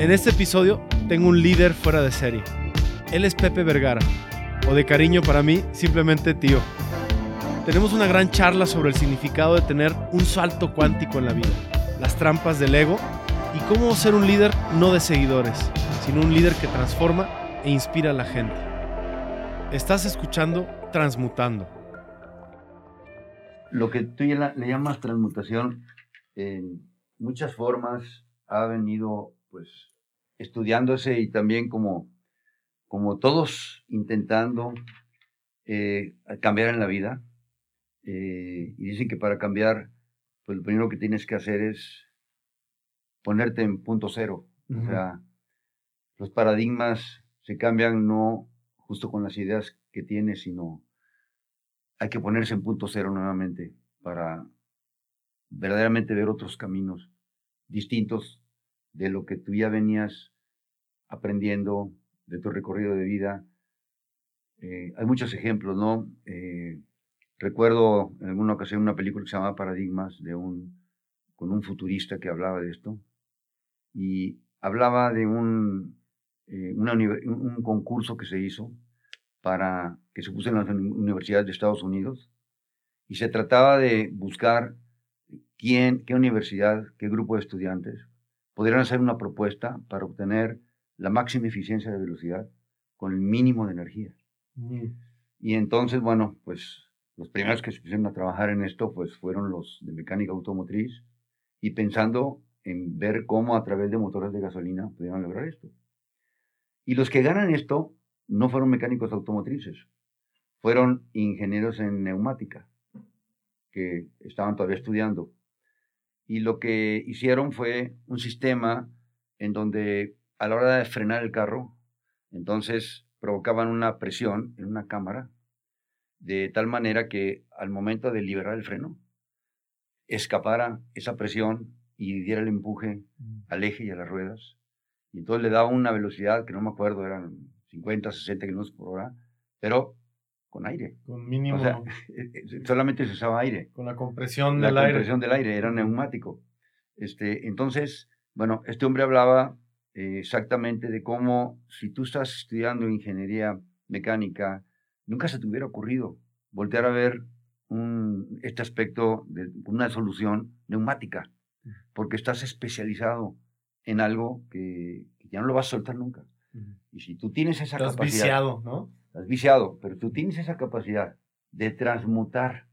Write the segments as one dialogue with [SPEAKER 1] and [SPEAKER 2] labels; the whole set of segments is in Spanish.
[SPEAKER 1] En este episodio tengo un líder fuera de serie. Él es Pepe Vergara, o de cariño para mí, simplemente tío. Tenemos una gran charla sobre el significado de tener un salto cuántico en la vida, las trampas del ego y cómo ser un líder no de seguidores, sino un líder que transforma e inspira a la gente. Estás escuchando Transmutando.
[SPEAKER 2] Lo que tú le llamas transmutación, en muchas formas ha venido pues estudiándose y también como todos intentando cambiar en la vida. Y dicen que para cambiar, pues lo primero que tienes que hacer es ponerte en punto cero. Uh-huh. O sea, los paradigmas se cambian no justo con las ideas que tienes, sino hay que ponerse en punto cero nuevamente para verdaderamente ver otros caminos distintos de lo que tú ya venías aprendiendo de tu recorrido de vida. Hay muchos ejemplos, ¿no? Recuerdo en alguna ocasión una película que se llamaba Paradigmas, con un futurista que hablaba de esto, y hablaba de un concurso que se hizo para que se puso en las universidades de Estados Unidos, y se trataba de buscar qué universidad, qué grupo de estudiantes podrían hacer una propuesta para obtener la máxima eficiencia de velocidad con el mínimo de energía. Y entonces, bueno, pues los primeros que se pusieron a trabajar en esto pues fueron los de mecánica automotriz, y pensando en ver cómo a través de motores de gasolina pudieran lograr esto. Y los que ganan esto no fueron mecánicos automotrices, fueron ingenieros en neumática que estaban todavía estudiando. Y lo que hicieron fue un sistema en donde a la hora de frenar el carro, entonces provocaban una presión en una cámara, de tal manera que al momento de liberar el freno, escapara esa presión y diera el empuje al eje y a las ruedas. Y entonces le daba una velocidad que no me acuerdo, eran 50, 60 kilómetros por hora, pero con aire.
[SPEAKER 1] Con mínimo.
[SPEAKER 2] O sea, solamente se usaba aire.
[SPEAKER 1] Con la compresión
[SPEAKER 2] del aire.
[SPEAKER 1] La
[SPEAKER 2] compresión del aire, era neumático. Entonces, bueno, este hombre hablaba exactamente de cómo, si tú estás estudiando ingeniería mecánica, nunca se te hubiera ocurrido voltear a ver este aspecto de una solución neumática, porque estás especializado en algo que ya no lo vas a soltar nunca. Y si tú tienes esa capacidad...
[SPEAKER 1] Estás viciado, ¿no?
[SPEAKER 2] Estás viciado, pero tú tienes esa capacidad de transmutar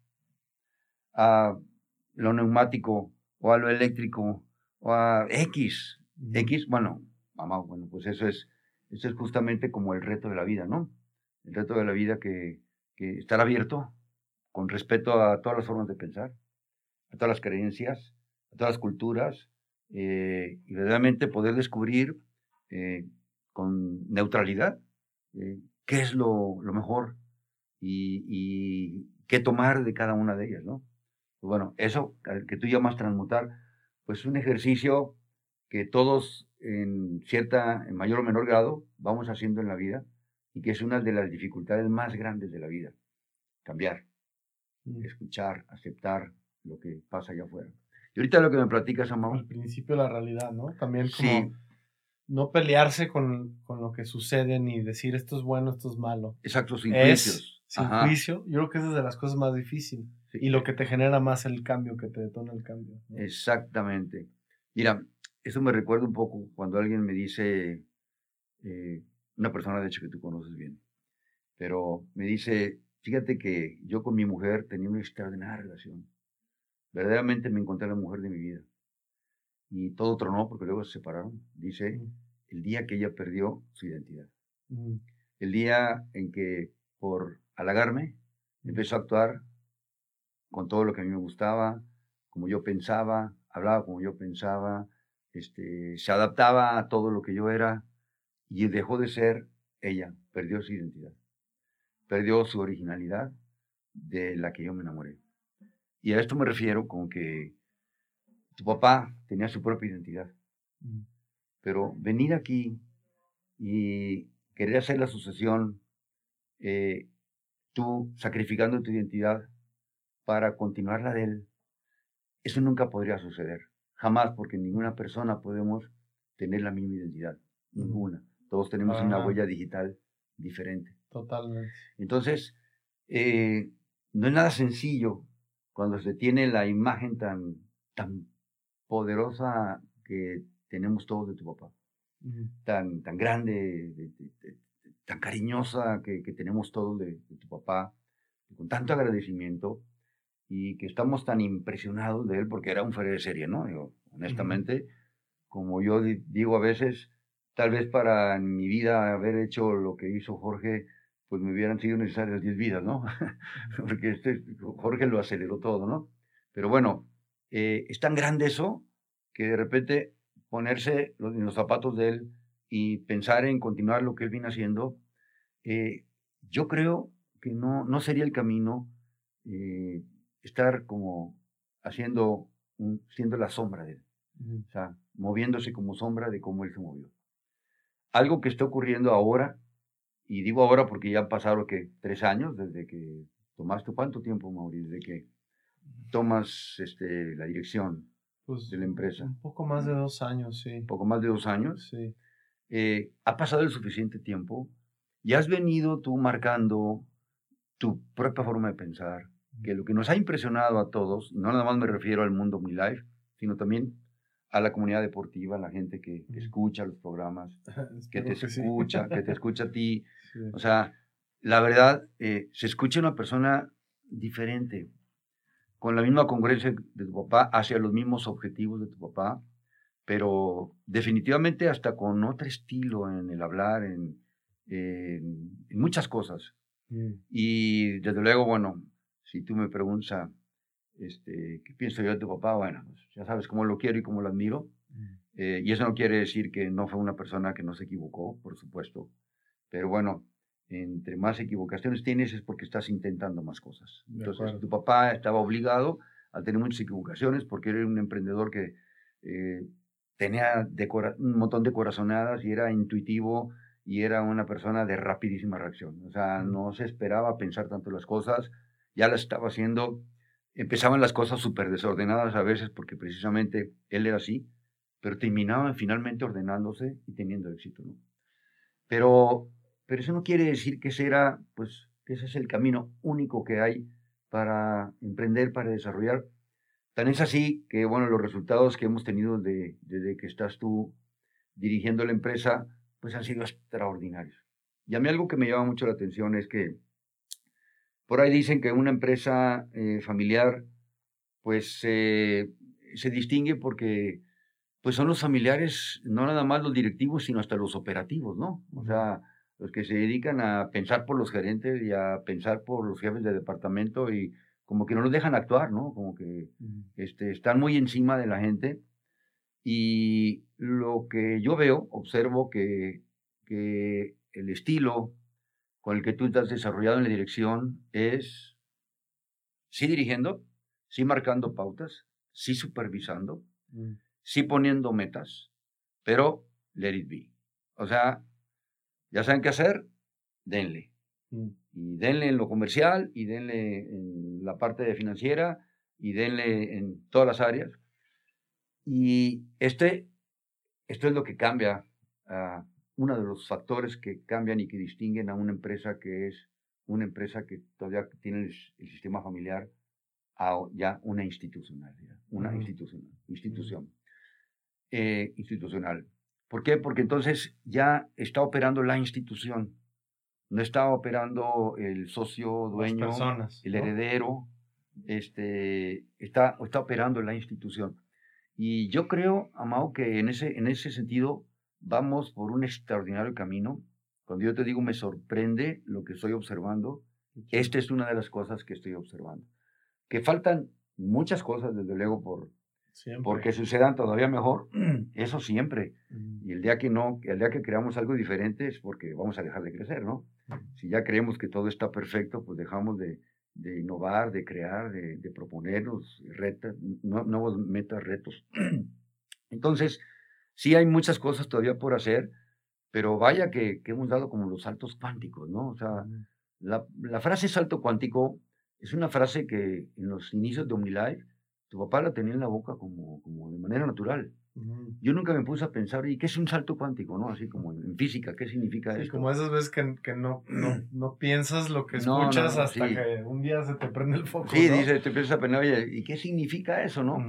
[SPEAKER 2] a lo neumático o a lo eléctrico o a X. Bueno, pues eso es justamente como el reto de la vida, ¿no? El reto de la vida que estar abierto con respeto a todas las formas de pensar, a todas las creencias, a todas las culturas, y verdaderamente poder descubrir con neutralidad qué es lo mejor y qué tomar de cada una de ellas, ¿no? Pues bueno, eso que tú llamas transmutar, pues es un ejercicio que todos en mayor o menor grado vamos haciendo en la vida, y que es una de las dificultades más grandes de la vida: cambiar, escuchar, aceptar lo que pasa allá afuera. Y ahorita lo que me platicas, Amado,
[SPEAKER 1] al principio la realidad, ¿no? También como
[SPEAKER 2] sí,
[SPEAKER 1] no pelearse con lo que sucede, ni decir esto es bueno, esto es malo.
[SPEAKER 2] Exacto, sin juicios.
[SPEAKER 1] Sin juicio. Yo creo que esa es de las cosas más difíciles. Sí. Y lo que te genera más el cambio, que te detona el cambio, ¿no?
[SPEAKER 2] Exactamente. Mira, eso me recuerda un poco cuando alguien me dice, una persona de hecho que tú conoces bien, pero me dice: fíjate que yo con mi mujer tenía una extraordinaria relación. Verdaderamente me encontré la mujer de mi vida. Y todo tronó porque luego se separaron. Dice, el día que ella perdió su identidad. El día en que, por halagarme, empezó a actuar con todo lo que a mí me gustaba, como yo pensaba, hablaba como yo pensaba, se adaptaba a todo lo que yo era, y dejó de ser ella, perdió su identidad, perdió su originalidad de la que yo me enamoré. Y a esto me refiero con que tu papá tenía su propia identidad, pero venir aquí y querer hacer la sucesión, tú sacrificando tu identidad para continuar la de él, eso nunca podría suceder, jamás, porque ninguna persona podemos tener la misma identidad, ninguna. Todos tenemos una huella digital diferente.
[SPEAKER 1] Totalmente.
[SPEAKER 2] Entonces, no es nada sencillo cuando se tiene la imagen tan poderosa que tenemos todos de tu papá, tan grande, tan cariñosa que tenemos todos de tu papá, con tanto agradecimiento, y que estamos tan impresionados de él porque era un fuera de serie, ¿no? Digo, honestamente, como yo digo a veces, tal vez para en mi vida haber hecho lo que hizo Jorge, pues me hubieran sido necesarias 10 vidas, ¿no? Porque Jorge lo aceleró todo, ¿no? Pero bueno, es tan grande eso que de repente ponerse en los zapatos de él y pensar en continuar lo que él viene haciendo, yo creo que no sería el camino estar como siendo la sombra de él, o sea, moviéndose como sombra de cómo él se movió. Algo que está ocurriendo ahora, y digo ahora porque ya pasaron 3 años desde que tomaste, ¿cuánto tiempo, Mauricio, desde que tomas la dirección de la empresa?
[SPEAKER 1] Un poco más de 2 años, sí.
[SPEAKER 2] Un poco más de 2 años.
[SPEAKER 1] Sí.
[SPEAKER 2] Ha pasado el suficiente tiempo y has venido tú marcando tu propia forma de pensar, que lo que nos ha impresionado a todos, no nada más me refiero al mundo OmniLife, sino también a la comunidad deportiva, a la gente que escucha los programas, que te escucha, que te escucha a ti. Sí. O sea, la verdad, se escucha una persona diferente, con la misma congruencia de tu papá, hacia los mismos objetivos de tu papá, pero definitivamente hasta con otro estilo en el hablar, en muchas cosas. Y desde luego, bueno, si tú me preguntas qué pienso yo de tu papá, bueno, pues ya sabes cómo lo quiero y cómo lo admiro. Y eso no quiere decir que no fue una persona que no se equivocó, por supuesto. Pero bueno, entre más equivocaciones tienes es porque estás intentando más cosas. Entonces, tu papá estaba obligado a tener muchas equivocaciones porque era un emprendedor que tenía un montón de corazonadas y era intuitivo y era una persona de rapidísima reacción. O sea, no se esperaba pensar tanto las cosas, ya las estaba haciendo. Empezaban las cosas súper desordenadas a veces porque precisamente él era así, pero terminaban finalmente ordenándose y teniendo éxito, ¿no? Pero eso no quiere decir que ese es el camino único que hay para emprender, para desarrollar. Tan es así que, bueno, los resultados que hemos tenido desde que estás tú dirigiendo la empresa, pues han sido extraordinarios. Y a mí algo que me llama mucho la atención es que por ahí dicen que una empresa familiar, pues se distingue porque pues son los familiares, no nada más los directivos, sino hasta los operativos, ¿no? O sea, los que se dedican a pensar por los gerentes y a pensar por los jefes de departamento y como que no los dejan actuar, ¿no? Como que están muy encima de la gente. Y lo que yo veo, observo que el estilo con el que tú te has desarrollado en la dirección es sí dirigiendo, sí marcando pautas, sí supervisando, sí poniendo metas, pero let it be. O sea, ya saben qué hacer, denle. Y denle en lo comercial, y denle en la parte financiera, y denle en todas las áreas. Y esto es lo que cambia, uno de los factores que cambian y que distinguen a una empresa que es una empresa que todavía tiene el sistema familiar a ya una institucionalidad, una institución institucional. ¿Por qué? Porque entonces ya está operando la institución, no está operando el socio dueño, personas, el heredero, está operando la institución. Y yo creo, Amado, que en ese sentido vamos por un extraordinario camino. Cuando yo te digo me sorprende lo que estoy observando, esta es una de las cosas que estoy observando. Que faltan muchas cosas, desde luego, porque sucedan todavía mejor, eso siempre. Y el día que creamos algo diferente es porque vamos a dejar de crecer, ¿no? Si ya creemos que todo está perfecto, pues dejamos de innovar, de crear, de proponernos nuevos metas, retos. Entonces, sí hay muchas cosas todavía por hacer, pero vaya que hemos dado como los saltos cuánticos, ¿no? O sea, la frase salto cuántico es una frase que en los inicios de OmniLife, tu papá la tenía en la boca como de manera natural. Yo nunca me puse a pensar, ¿y qué es un salto cuántico? ¿No? Así como en física, ¿qué significa
[SPEAKER 3] Sí,
[SPEAKER 2] esto?
[SPEAKER 3] como esas veces que no piensas lo que escuchas hasta
[SPEAKER 2] sí.
[SPEAKER 3] que un día se te prende el foco,
[SPEAKER 2] Sí,
[SPEAKER 3] ¿no?
[SPEAKER 2] te empiezas a pensar, oye, ¿y qué significa eso, no?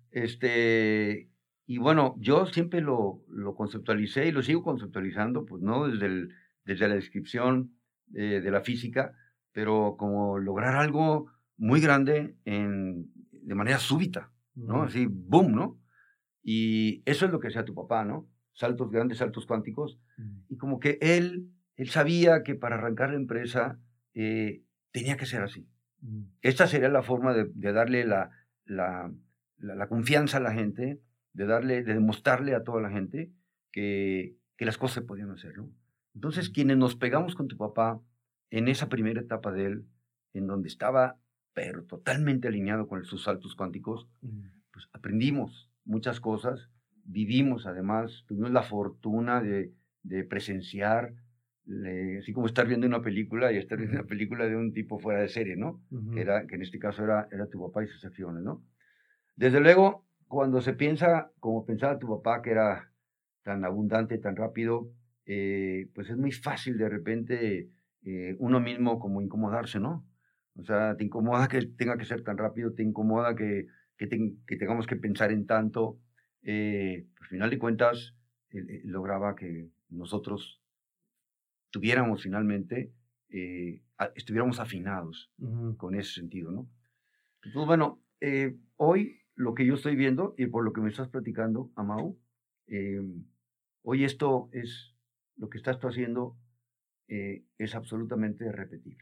[SPEAKER 2] Y bueno, yo siempre lo conceptualicé y lo sigo conceptualizando, pues no desde la descripción de la física, pero como lograr algo muy grande de manera súbita, ¿no? Así, boom, ¿no? Y eso es lo que hacía tu papá, ¿no? Saltos grandes, saltos cuánticos. Y como que él sabía que para arrancar la empresa tenía que ser así. Esta sería la forma de darle la confianza a la gente, de demostrarle a toda la gente que las cosas se podían hacer, ¿no? Entonces, quienes nos pegamos con tu papá en esa primera etapa de él, en donde estaba, pero totalmente alineado con sus saltos cuánticos, pues aprendimos muchas cosas, vivimos además, tuvimos la fortuna de presenciar, así como estar viendo una película y estar viendo una película de un tipo fuera de serie, ¿no? Que en este caso era tu papá y sus acciones, ¿no? Desde luego, cuando se piensa como pensaba tu papá, que era tan abundante, tan rápido, pues es muy fácil de repente uno mismo como incomodarse, ¿no? O sea, te incomoda que tenga que ser tan rápido, te incomoda que tengamos que pensar en tanto. Pues, al final de cuentas, lograba que nosotros tuviéramos finalmente, estuviéramos afinados con ese sentido, ¿no? Entonces, bueno, hoy lo que yo estoy viendo y por lo que me estás platicando, Amau, hoy esto es, lo que estás tú haciendo es absolutamente repetible.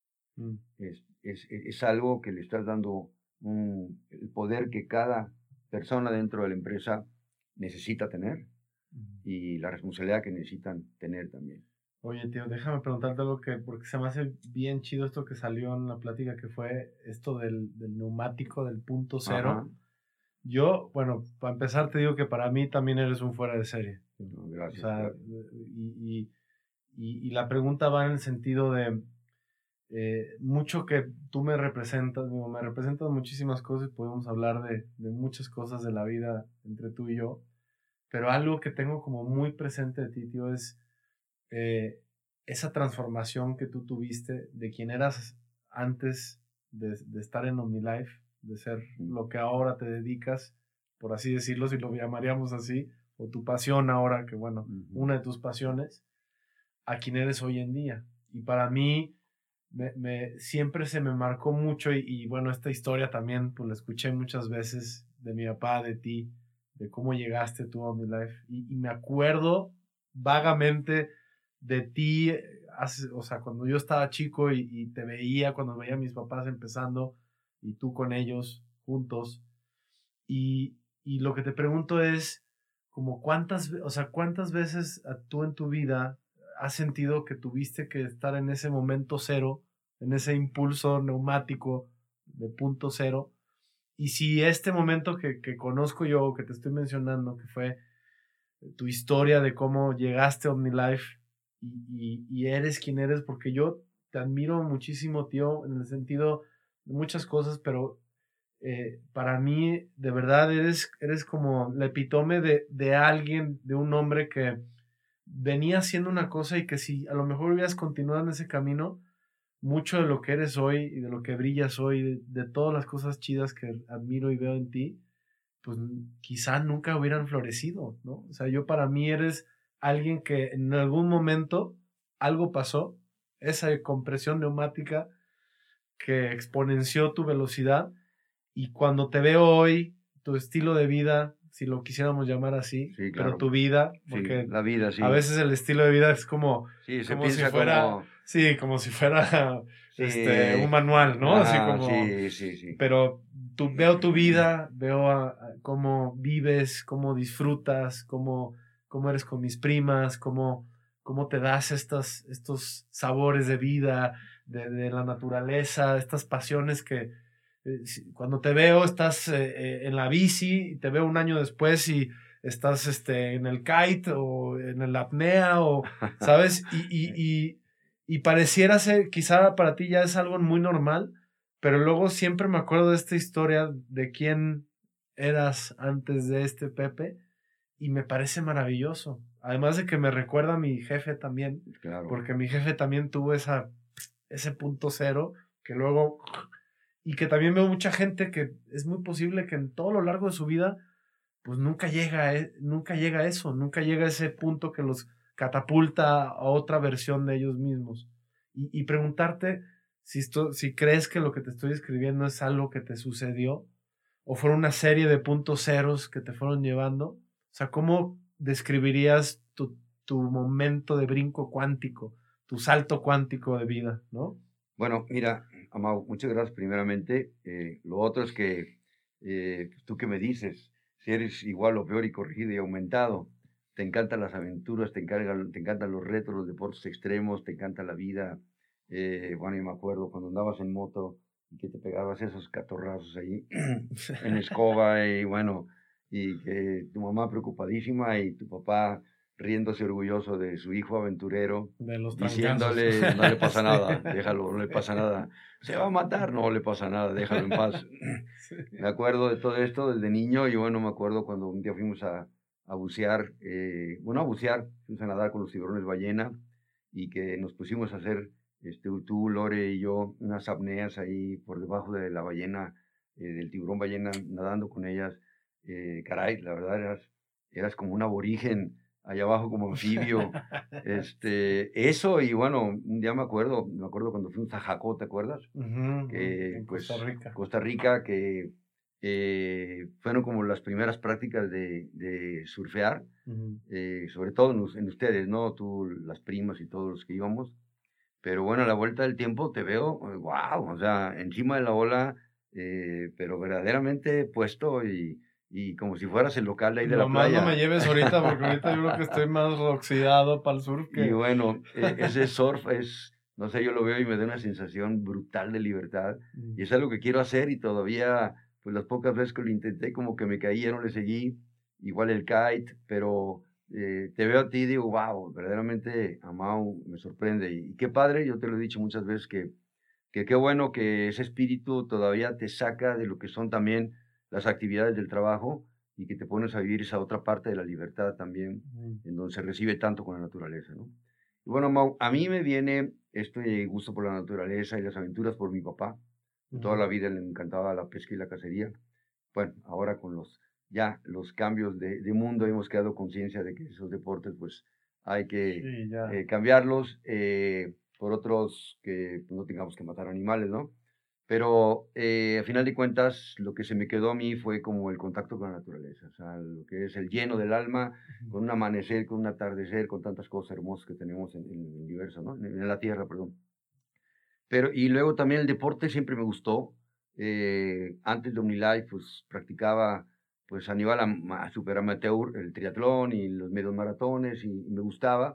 [SPEAKER 2] Es algo que le estás dando el poder que cada persona dentro de la empresa necesita tener y la responsabilidad que necesitan tener también.
[SPEAKER 3] Oye, tío, déjame preguntarte algo porque se me hace bien chido esto que salió en la plática, que fue esto del neumático, del punto cero.
[SPEAKER 2] Ajá.
[SPEAKER 3] Yo, bueno, para empezar te digo que para mí también eres un fuera de serie.
[SPEAKER 2] No, gracias.
[SPEAKER 3] O sea,
[SPEAKER 2] gracias.
[SPEAKER 3] Y la pregunta va en el sentido de mucho que tú me representas muchísimas cosas y podemos hablar de muchas cosas de la vida entre tú y yo, pero algo que tengo como muy presente de ti, tío, es esa transformación que tú tuviste de quien eras antes de estar en OmniLife, de ser lo que ahora te dedicas, por así decirlo, si lo llamaríamos así, o tu pasión ahora, que bueno, una de tus pasiones, a quien eres hoy en día. Y para mí, siempre se me marcó mucho y bueno, esta historia también, pues la escuché muchas veces de mi papá, de ti, de cómo llegaste tú a OmniLife. Y me acuerdo vagamente de ti, o sea, cuando yo estaba chico y te veía, cuando veía a mis papás empezando y tú con ellos juntos. Y lo que te pregunto es, como cuántas veces tú en tu vida has sentido que tuviste que estar en ese momento cero, en ese impulso neumático de punto cero. Y si este momento que conozco yo, que te estoy mencionando, que fue tu historia de cómo llegaste a OmniLife y eres quien eres, porque yo te admiro muchísimo, tío, en el sentido de muchas cosas, pero para mí, de verdad, eres como el epítome de alguien, de un hombre que venía haciendo una cosa y que si a lo mejor hubieras continuado en ese camino, mucho de lo que eres hoy y de lo que brillas hoy, de todas las cosas chidas que admiro y veo en ti, pues quizá nunca hubieran florecido, ¿no? O sea, para mí eres alguien que en algún momento algo pasó, esa compresión neumática que exponenció tu velocidad y cuando te veo hoy, tu estilo de vida, si lo quisiéramos llamar así,
[SPEAKER 2] sí,
[SPEAKER 3] pero
[SPEAKER 2] claro.
[SPEAKER 3] tu vida, porque
[SPEAKER 2] sí, la vida, sí.
[SPEAKER 3] A veces el estilo de vida es como,
[SPEAKER 2] sí, se
[SPEAKER 3] como si
[SPEAKER 2] piensa
[SPEAKER 3] fuera,
[SPEAKER 2] como...
[SPEAKER 3] sí, como si fuera
[SPEAKER 2] Sí,
[SPEAKER 3] un manual, ¿no?
[SPEAKER 2] Ajá,
[SPEAKER 3] así como,
[SPEAKER 2] sí.
[SPEAKER 3] Pero veo tu vida, veo cómo vives, cómo disfrutas, cómo eres con mis primas, cómo te das estos sabores de vida, de la naturaleza, estas pasiones que cuando te veo estás en la bici y te veo un año después y estás en el kite o en el apnea o, ¿sabes? Y pareciera ser, quizá para ti ya es algo muy normal, pero luego siempre me acuerdo de esta historia de quién eras antes de este Pepe y me parece maravilloso. Además de que me recuerda a mi jefe también,
[SPEAKER 2] Claro.
[SPEAKER 3] porque mi jefe también tuvo ese punto cero que luego... Y que también veo mucha gente que es muy posible que en todo lo largo de su vida pues nunca llega a eso, nunca llega a ese punto que los catapulta a otra versión de ellos mismos. Y preguntarte si crees que lo que te estoy escribiendo es algo que te sucedió o fue una serie de puntos ceros que te fueron llevando. O sea, ¿cómo describirías tu momento de brinco cuántico, tu salto cuántico de vida, ¿no?
[SPEAKER 2] Bueno, mira, Amau, muchas gracias primeramente. Lo otro es que tú que me dices, si eres igual o peor y corregido y aumentado, te encantan las aventuras, te encantan los retos, los deportes extremos, te encanta la vida. Bueno, yo me acuerdo cuando andabas en moto y que te pegabas esos catorrazos ahí en escoba y bueno, y que tu mamá preocupadísima y tu papá riéndose orgulloso de su hijo aventurero,
[SPEAKER 3] De los
[SPEAKER 2] diciéndole,
[SPEAKER 3] trancazos.
[SPEAKER 2] no le pasa nada,
[SPEAKER 3] Sí.
[SPEAKER 2] déjalo, no le pasa nada, se va a matar, no le pasa nada, déjalo en paz.
[SPEAKER 3] Sí.
[SPEAKER 2] Me acuerdo de todo esto desde niño y bueno, me acuerdo cuando un día fuimos a bucear, fuimos a nadar con los tiburones ballena y que nos pusimos a hacer, tú, Lore y yo, unas apneas ahí por debajo de la ballena, del tiburón ballena, nadando con ellas. Caray, la verdad eras como un aborigen allá abajo como anfibio. Eso y bueno, un día me acuerdo cuando fuimos a Jacó, ¿te acuerdas? Que
[SPEAKER 3] En
[SPEAKER 2] pues
[SPEAKER 3] Costa Rica.
[SPEAKER 2] Costa Rica, que fueron como las primeras prácticas de surfear, sobre todo en ustedes, ¿no? Tú, las primas y todos los que íbamos. Pero bueno, a la vuelta del tiempo te veo, wow, o sea, encima de la ola, pero verdaderamente puesto y como si fueras el local de ahí de la
[SPEAKER 3] Nomás no me
[SPEAKER 2] playa.
[SPEAKER 3] lleves ahorita porque ahorita yo creo que estoy más oxidado para el surf
[SPEAKER 2] Y
[SPEAKER 3] que...
[SPEAKER 2] bueno, ese surf es, no sé, yo lo veo y me da una sensación brutal de libertad. Y es algo que quiero hacer y todavía, pues las pocas veces que lo intenté, como que me caí, ya no le seguí. Igual el kite, pero te veo a ti y digo, wow, verdaderamente Amau me sorprende. Y qué padre, yo te lo he dicho muchas veces que qué bueno que ese espíritu todavía te saca de lo que son también las actividades del trabajo y que te pones a vivir esa otra parte de la libertad también, en donde se recibe tanto con la naturaleza, ¿no? Y bueno, Mau, a mí me viene este gusto por la naturaleza y las aventuras por mi papá. Toda la vida le encantaba la pesca y la cacería. Bueno, ahora con los cambios de mundo hemos quedado conciencia de que esos deportes pues hay que
[SPEAKER 3] Sí,
[SPEAKER 2] cambiarlos por otros que pues, no tengamos que matar animales, ¿no? Pero a final de cuentas, lo que se me quedó a mí fue como el contacto con la naturaleza, o sea, lo que es el lleno del alma, con un amanecer, con un atardecer, con tantas cosas hermosas que tenemos en el universo, ¿no? En la Tierra, perdón. Pero, y luego también el deporte siempre me gustó. Antes de OmniLife, pues practicaba pues a nivel super amateur el triatlón y los medios maratones y me gustaba.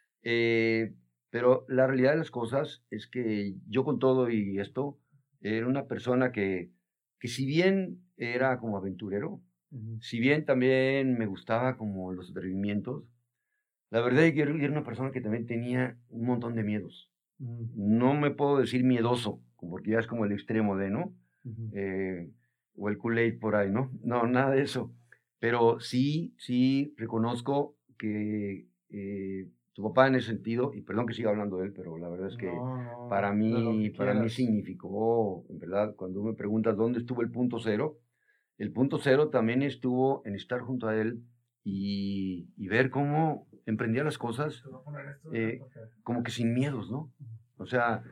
[SPEAKER 2] Pero la realidad de las cosas es que yo con todo y esto, era una persona que si bien era como aventurero, si bien también me gustaba como los atrevimientos, la verdad es que era una persona que también tenía un montón de miedos. No me puedo decir miedoso, porque ya es como el extremo de, ¿no? O el Kool-Aid por ahí, ¿no? No, nada de eso. Pero sí reconozco que tu papá en ese sentido, y perdón que siga hablando de él, pero la verdad es que para
[SPEAKER 3] de lo que
[SPEAKER 2] mí
[SPEAKER 3] quieras.
[SPEAKER 2] significó, en verdad, cuando me preguntas dónde estuvo el punto cero también estuvo en estar junto a él y ver cómo emprendía las cosas
[SPEAKER 3] Te voy a poner esto,
[SPEAKER 2] como que sin miedos, ¿no? O sea,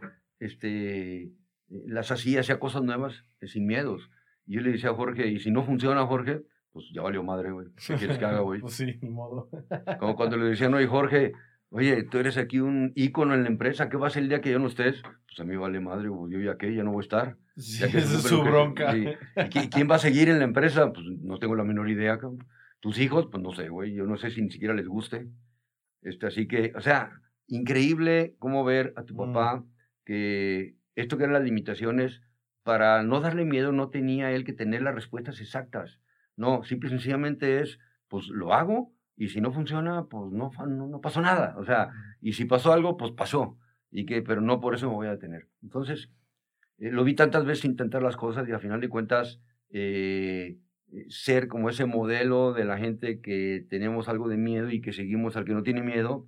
[SPEAKER 2] las hacía cosas nuevas sin miedos. Y yo le decía a Jorge, y si no funciona, Jorge, pues ya valió madre, güey. ¿Qué quieres que haga, güey?
[SPEAKER 3] Pues sí, ni modo.
[SPEAKER 2] Como cuando le decían, oye, Jorge, oye, tú eres aquí un ícono en la empresa, ¿qué va a hacer el día que yo no estés? Pues a mí vale madre, güey, yo ya qué, ya no voy a estar.
[SPEAKER 3] Sí,
[SPEAKER 2] Ya que
[SPEAKER 3] esa es
[SPEAKER 2] supe
[SPEAKER 3] su
[SPEAKER 2] lo que
[SPEAKER 3] bronca.
[SPEAKER 2] sí. ¿Y quién va a seguir en la empresa? Pues no tengo la menor idea, cabrón. Tus hijos, pues no sé, güey, yo no sé si ni siquiera les guste. Así que, o sea, increíble cómo ver a tu papá que esto que eran las limitaciones, para no darle miedo no tenía él que tener las respuestas exactas. No, simple y sencillamente es, pues lo hago y si no funciona, pues no pasó nada. O sea, y si pasó algo, pues pasó. Pero no por eso me voy a detener. Entonces, lo vi tantas veces intentar las cosas y al final de cuentas ser como ese modelo de la gente que tenemos algo de miedo y que seguimos al que no tiene miedo,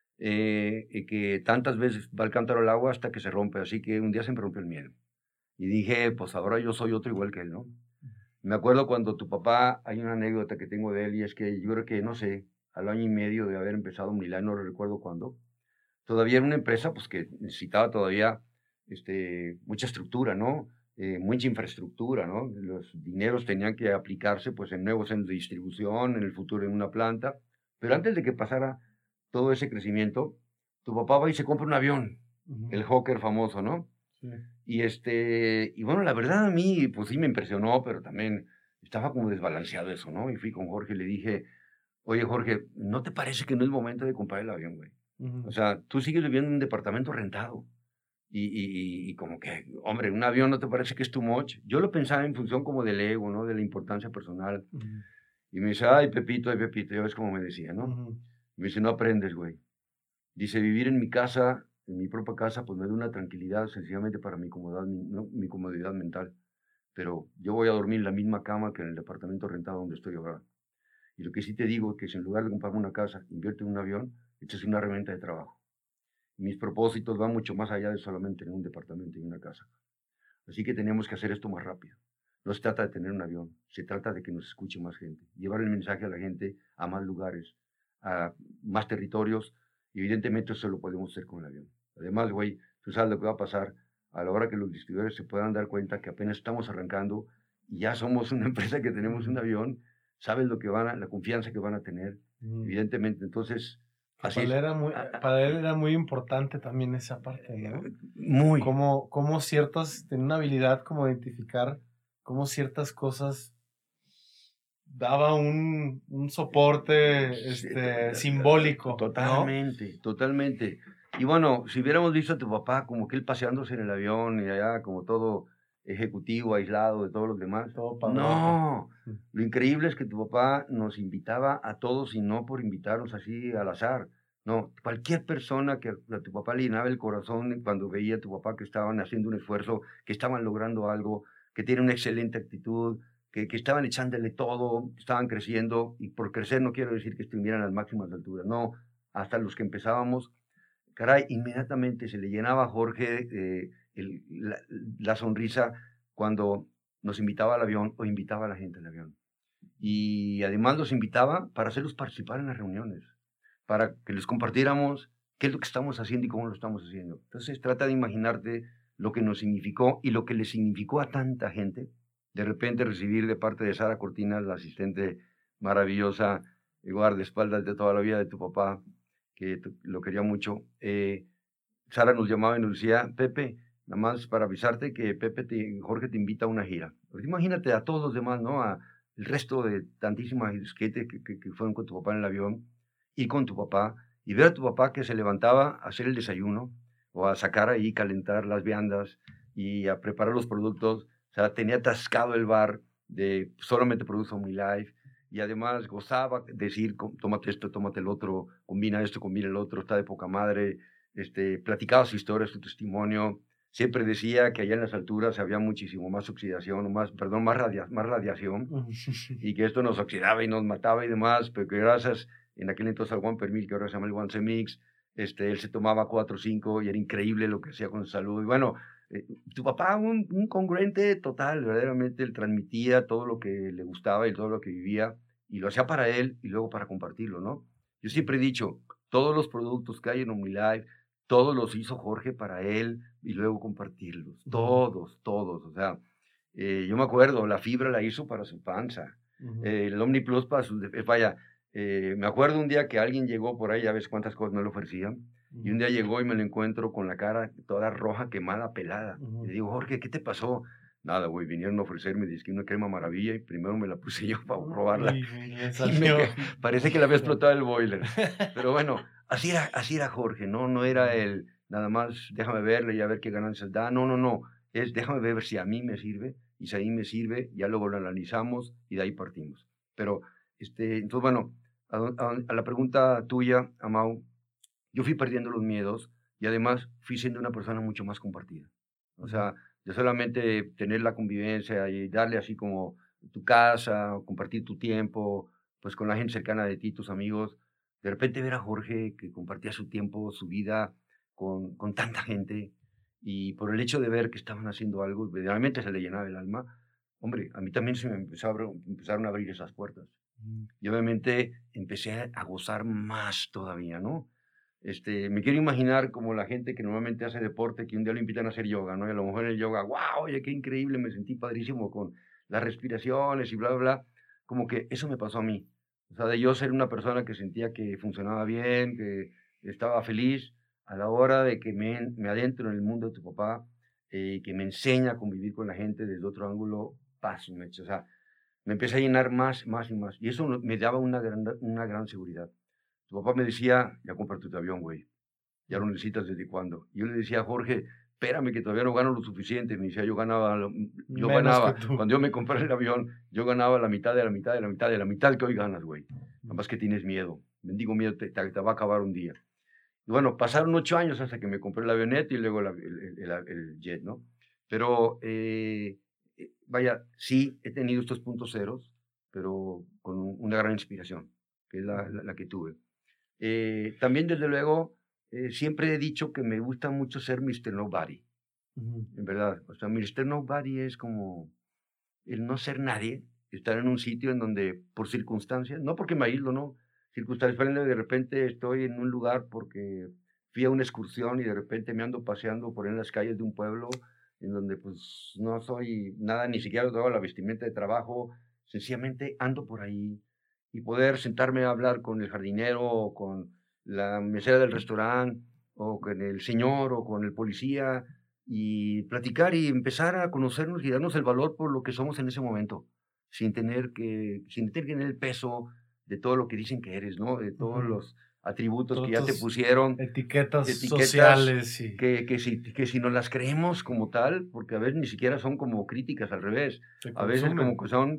[SPEAKER 2] que tantas veces va el cántaro al agua hasta que se rompe. Así que un día se me rompió el miedo. Y dije, pues ahora yo soy otro igual que él, ¿no? Me acuerdo cuando tu papá, hay una anécdota que tengo de él, y es que yo creo que, no sé, al año y medio de haber empezado Omnilife, no recuerdo cuándo, todavía era una empresa pues que necesitaba todavía mucha estructura, ¿no? Mucha infraestructura, ¿no? Los dineros tenían que aplicarse pues en nuevos centros de distribución, en el futuro en una planta, pero antes de que pasara todo ese crecimiento, tu papá va y se compra un avión, el Hawker famoso, ¿no?
[SPEAKER 3] Sí.
[SPEAKER 2] Y bueno, la verdad a mí, pues sí me impresionó, pero también estaba como desbalanceado eso, ¿no? Y fui con Jorge y le dije, oye Jorge, ¿no te parece que no es momento de comprar el avión, güey? O sea, tú sigues viviendo en un departamento rentado. Y como que, hombre, un avión no te parece que es too much. Yo lo pensaba en función como del ego, ¿no? De la importancia personal. Y me dice, ay, Pepito, ya ves como me decía, ¿no? Me dice, no aprendes, güey. Dice, vivir en mi casa, en mi propia casa, pues me da una tranquilidad sencillamente para mi comodidad mental. Pero yo voy a dormir en la misma cama que en el departamento rentado donde estoy ahora. Y lo que sí te digo es que si en lugar de comprarme una casa, invierto en un avión, esto es una herramienta de trabajo. Mis propósitos van mucho más allá de solamente tener un departamento y una casa. Así que tenemos que hacer esto más rápido. No se trata de tener un avión, se trata de que nos escuche más gente, llevar el mensaje a la gente a más lugares, a más territorios. Evidentemente eso lo podemos hacer con el avión. Además, güey, tú sabes lo que va a pasar a la hora que los distribuidores se puedan dar cuenta que apenas estamos arrancando y ya somos una empresa que tenemos un avión, sabes lo que la confianza que van a tener, evidentemente. Entonces,
[SPEAKER 3] para él era muy importante también esa parte, ¿no?
[SPEAKER 2] Muy.
[SPEAKER 3] Como ciertas, tiene una habilidad como identificar cómo ciertas cosas daba un soporte simbólico.
[SPEAKER 2] Totalmente,
[SPEAKER 3] ¿no?
[SPEAKER 2] Totalmente. Y bueno, si hubiéramos visto a tu papá como que él paseándose en el avión y allá como todo ejecutivo, aislado de todos los demás. No, lo increíble es que tu papá nos invitaba a todos y no por invitarnos así al azar. No, cualquier persona que a tu papá le llenaba el corazón cuando veía a tu papá que estaban haciendo un esfuerzo, que estaban logrando algo, que tiene una excelente actitud, que estaban echándole todo, estaban creciendo, y por crecer no quiero decir que estuvieran a las máximas alturas, no, hasta los que empezábamos, caray, inmediatamente se le llenaba a Jorge la sonrisa cuando nos invitaba al avión o invitaba a la gente al avión. Y además los invitaba para hacerlos participar en las reuniones, para que les compartiéramos qué es lo que estamos haciendo y cómo lo estamos haciendo. Entonces trata de imaginarte lo que nos significó y lo que le significó a tanta gente, de repente recibir de parte de Sara Cortinas, la asistente maravillosa, guardaespaldas de toda la vida de tu papá, que lo quería mucho. Sara nos llamaba y nos decía, Pepe, nada más para avisarte que Jorge te invita a una gira. Pues imagínate a todos los demás, ¿no? El resto de tantísimas gente que fueron con tu papá en el avión, ir con tu papá y ver a tu papá que se levantaba a hacer el desayuno o a sacar ahí, calentar las viandas y a preparar los productos. O sea, tenía atascado el bar de solamente produce Omnilife y además gozaba decir, tómate esto, tómate el otro, combina esto, combina el otro, está de poca madre. Platicaba su historia, su testimonio. Siempre decía que allá en las alturas había muchísimo más oxidación, más radiación, y que esto nos oxidaba y nos mataba y demás, pero que gracias en aquel entonces al One Per Mil, que ahora se llama el One Mix, él se tomaba 4 o 5 y era increíble lo que hacía con su salud. Y bueno, tu papá, un congruente total, verdaderamente, él transmitía todo lo que le gustaba y todo lo que vivía, y lo hacía para él y luego para compartirlo, ¿no? Yo siempre he dicho, todos los productos que hay en Omnilife, todos los hizo Jorge para él y luego compartirlos. Todos. O sea, yo me acuerdo, la fibra la hizo para su panza. El OmniPlus para sus... me acuerdo un día que alguien llegó por ahí, ya ves cuántas cosas no le ofrecían, y un día llegó y me lo encuentro con la cara toda roja, quemada, pelada. Y le digo, Jorge, ¿qué te pasó? Nada, güey, vinieron a ofrecerme una crema maravilla y primero me la puse yo para probarla. Parece que le había explotado el boiler. Pero bueno, así era Jorge, ¿no? No era el, nada más, déjame verle y a ver qué ganancias da. No. Es, déjame ver si a mí me sirve, y si a mí me sirve, ya luego lo analizamos y de ahí partimos. Pero, entonces, bueno, a la pregunta tuya, Amau, yo fui perdiendo los miedos y además fui siendo una persona mucho más compartida. O sea, de solamente tener la convivencia y darle así como tu casa, o compartir tu tiempo, pues con la gente cercana de ti, tus amigos. De repente ver a Jorge que compartía su tiempo, su vida con tanta gente, y por el hecho de ver que estaban haciendo algo, realmente se le llenaba el alma. Hombre, a mí también se me empezaron a abrir esas puertas. Y obviamente empecé a gozar más todavía, ¿no? Me quiero imaginar como la gente que normalmente hace deporte, que un día lo invitan a hacer yoga, ¿no? Y a lo mejor en el yoga, wow, oye, qué increíble, me sentí padrísimo con las respiraciones y bla, bla, bla. Como que eso me pasó a mí. O sea, de yo ser una persona que sentía que funcionaba bien, que estaba feliz, a la hora de que me adentro en el mundo de tu papá, que me enseña a convivir con la gente desde otro ángulo, paz, o sea, me empecé a llenar más, más y más. Y eso me daba una gran seguridad. Tu papá me decía, ya cómprate tu avión, güey. Ya lo necesitas desde cuándo. Y yo le decía a Jorge, espérame que todavía no gano lo suficiente. Me decía, cuando yo me compré el avión, yo ganaba la mitad de la mitad de la mitad de la mitad que hoy ganas, güey. Nada más que tienes miedo. Bendigo miedo, te va a acabar un día. Y bueno, pasaron 8 años hasta que me compré la avioneta y luego el jet, ¿no? Pero, vaya, sí he tenido estos puntos ceros, pero con una gran inspiración, que es la que tuve. También, desde luego, siempre he dicho que me gusta mucho ser Mr. Nobody, en verdad. O sea, Mr. Nobody es como el no ser nadie, estar en un sitio en donde, por circunstancias, no porque me aíslo, no, circunstancialmente de repente estoy en un lugar porque fui a una excursión y de repente me ando paseando por en las calles de un pueblo en donde pues no soy nada, ni siquiera toda la vestimenta de trabajo, sencillamente ando por ahí y poder sentarme a hablar con el jardinero o con la mesera del restaurante o con el señor o con el policía y platicar y empezar a conocernos y darnos el valor por lo que somos en ese momento, sin tener que tener el peso de todo lo que dicen que eres, ¿no? De todos los atributos
[SPEAKER 3] Todos
[SPEAKER 2] que ya te
[SPEAKER 3] tus
[SPEAKER 2] pusieron,
[SPEAKER 3] etiquetas sociales y
[SPEAKER 2] que si nos las creemos como tal, porque a veces ni siquiera son como críticas, al revés,
[SPEAKER 3] se
[SPEAKER 2] a veces
[SPEAKER 3] consumen.
[SPEAKER 2] como que son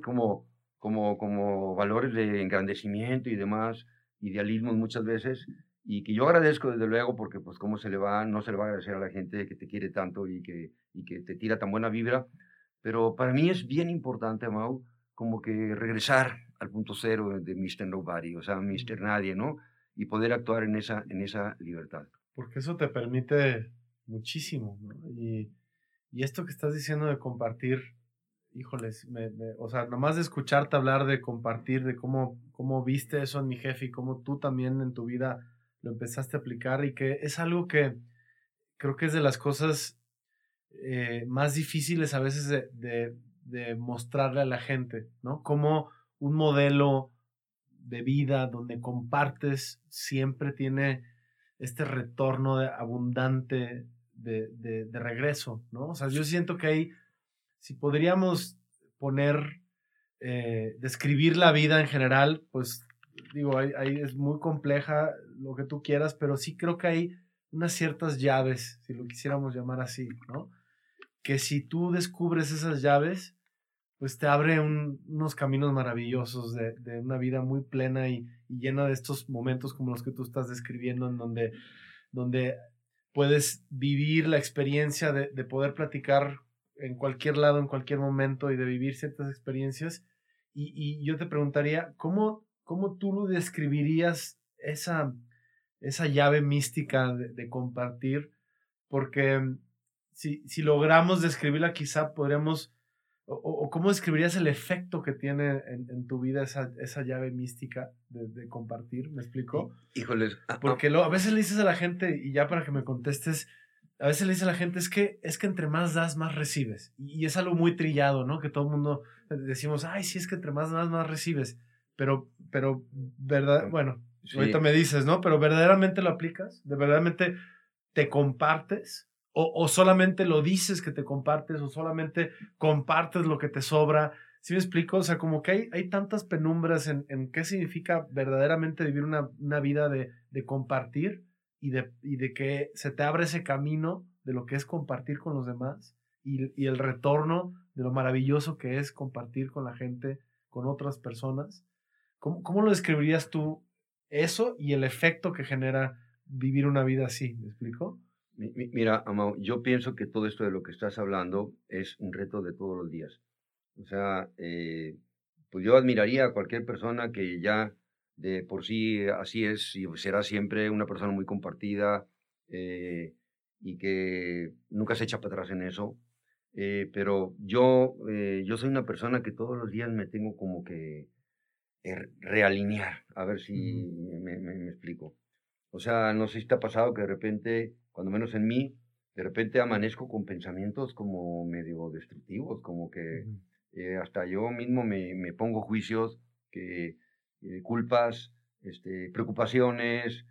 [SPEAKER 2] como valores de engrandecimiento y demás, idealismos muchas veces, y que yo agradezco desde luego porque pues cómo no se le va a agradecer a la gente que te quiere tanto y que te tira tan buena vibra, pero para mí es bien importante, Mau, como que regresar al punto cero de Mr. Nobody, o sea, Mr. Nadie, ¿no? Y poder actuar en esa libertad.
[SPEAKER 3] Porque eso te permite muchísimo, ¿no? Y esto que estás diciendo de compartir, híjoles, o sea, nomás de escucharte hablar de compartir, de cómo viste eso en mi jefe y cómo tú también en tu vida lo empezaste a aplicar y que es algo que creo que es de las cosas más difíciles a veces de mostrarle a la gente, ¿no? Como un modelo de vida donde compartes siempre tiene este retorno abundante de regreso, ¿no? O sea, yo siento que ahí, si podríamos poner, describir la vida en general, pues digo, ahí es muy compleja lo que tú quieras, pero sí creo que hay unas ciertas llaves, si lo quisiéramos llamar así, ¿no? Que si tú descubres esas llaves, pues te abre unos caminos maravillosos de una vida muy plena y llena de estos momentos como los que tú estás describiendo, en donde puedes vivir la experiencia de poder platicar en cualquier lado, en cualquier momento y de vivir ciertas experiencias. Y yo te preguntaría, ¿cómo tú lo describirías esa llave mística de compartir? Porque si logramos describirla, quizá podríamos, o cómo describirías el efecto que tiene en tu vida esa llave mística de compartir, ¿me explico?
[SPEAKER 2] Híjoles.
[SPEAKER 3] Porque a veces le dices a la gente, y ya para que me contestes, a veces le dices a la gente, es que entre más das, más recibes. Y es algo muy trillado, ¿no? Que todo el mundo decimos, ay, sí, es que entre más das, más recibes. Pero, ¿verdad? Bueno, sí. Ahorita me dices, ¿no? Pero ¿verdaderamente lo aplicas? ¿De verdaderamente te compartes? ¿O solamente lo dices que te compartes? ¿O solamente compartes lo que te sobra? ¿Sí me explico? O sea, como que hay tantas penumbras en qué significa verdaderamente vivir una vida de compartir y de que se te abre ese camino de lo que es compartir con los demás y el retorno de lo maravilloso que es compartir con la gente, con otras personas. ¿Cómo lo describirías tú eso y el efecto que genera vivir una vida así? ¿Me explico?
[SPEAKER 2] Mira, Amau, yo pienso que todo esto de lo que estás hablando es un reto de todos los días. O sea, pues yo admiraría a cualquier persona que ya de por sí así es y será siempre una persona muy compartida, y que nunca se echa para atrás en eso. Pero yo soy una persona que todos los días me tengo como que realinear, a ver si me explico. O sea, no sé si te ha pasado que de repente, cuando menos en mí, de repente amanezco con pensamientos como medio destructivos, como que
[SPEAKER 3] Ujú.
[SPEAKER 2] hasta yo mismo me pongo juicios, culpas, preocupaciones,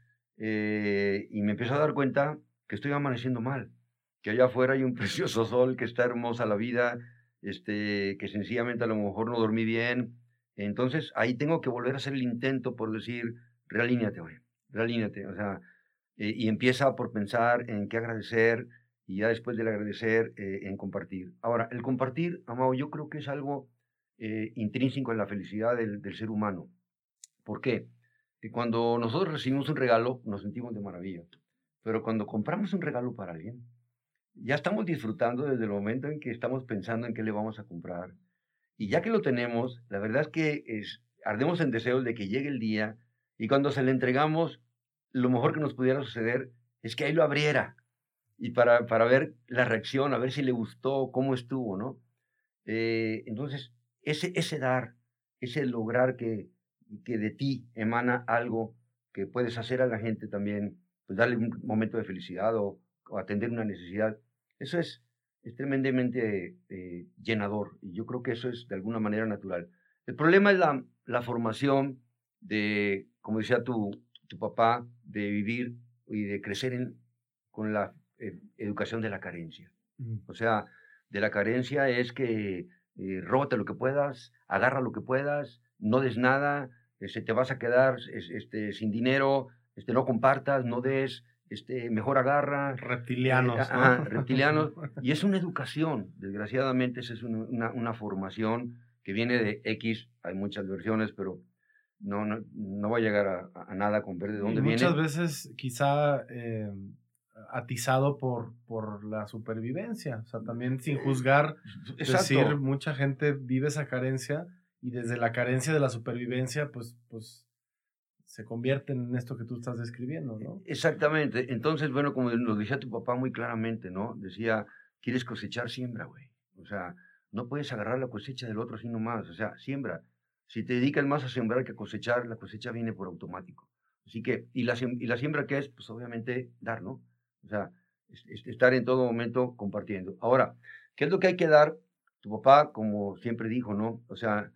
[SPEAKER 2] y me empiezo a dar cuenta que estoy amaneciendo mal, que allá afuera hay un precioso sol, que está hermosa la vida, que sencillamente a lo mejor no dormí bien. Entonces ahí tengo que volver a hacer el intento por decir, realíñate, güey, realíñate, o sea, y empieza por pensar en qué agradecer y ya después del agradecer, en compartir. Ahora, el compartir, Amado, yo creo que es algo intrínseco en la felicidad del ser humano. ¿Por qué? Que cuando nosotros recibimos un regalo, nos sentimos de maravilla. Pero cuando compramos un regalo para alguien, ya estamos disfrutando desde el momento en que estamos pensando en qué le vamos a comprar. Y ya que lo tenemos, la verdad es que ardemos en deseos de que llegue el día y cuando se le entregamos, lo mejor que nos pudiera suceder es que ahí lo abriera y para ver la reacción, a ver si le gustó, cómo estuvo, ¿no? Entonces, ese dar, ese lograr que de ti emana algo que puedes hacer a la gente también, pues darle un momento de felicidad o atender una necesidad, eso es tremendamente llenador y yo creo que eso es de alguna manera natural. El problema es la formación de, como decía tu papá, de vivir y de crecer con la educación de la carencia. O sea, de la carencia es que róbate lo que puedas, agarra lo que puedas, no des nada, se te vas a quedar sin dinero, no compartas, no des, mejor agarra.
[SPEAKER 3] Reptilianos, ¿no?
[SPEAKER 2] Ajá, reptilianos. Y es una educación, desgraciadamente, esa es una formación que viene de X, hay muchas versiones, pero no voy a llegar a nada con ver de
[SPEAKER 3] Y
[SPEAKER 2] dónde
[SPEAKER 3] muchas
[SPEAKER 2] viene.
[SPEAKER 3] veces quizá atizado por la supervivencia, o sea, también sin juzgar, decir,
[SPEAKER 2] Exacto.
[SPEAKER 3] mucha gente vive esa carencia y desde la carencia de la supervivencia, pues se convierten en esto que tú estás describiendo, ¿no?
[SPEAKER 2] Exactamente. Entonces, bueno, como nos decía tu papá muy claramente, ¿no? Decía, quieres cosechar, siembra, güey. O sea, no puedes agarrar la cosecha del otro así nomás. O sea, siembra. Si te dedicas más a sembrar que a cosechar, la cosecha viene por automático. Así que, ¿y la siembra qué es? Pues obviamente dar, ¿no? O sea, estar en todo momento compartiendo. Ahora, ¿qué es lo que hay que dar? Tu papá, como siempre dijo, ¿no? O sea,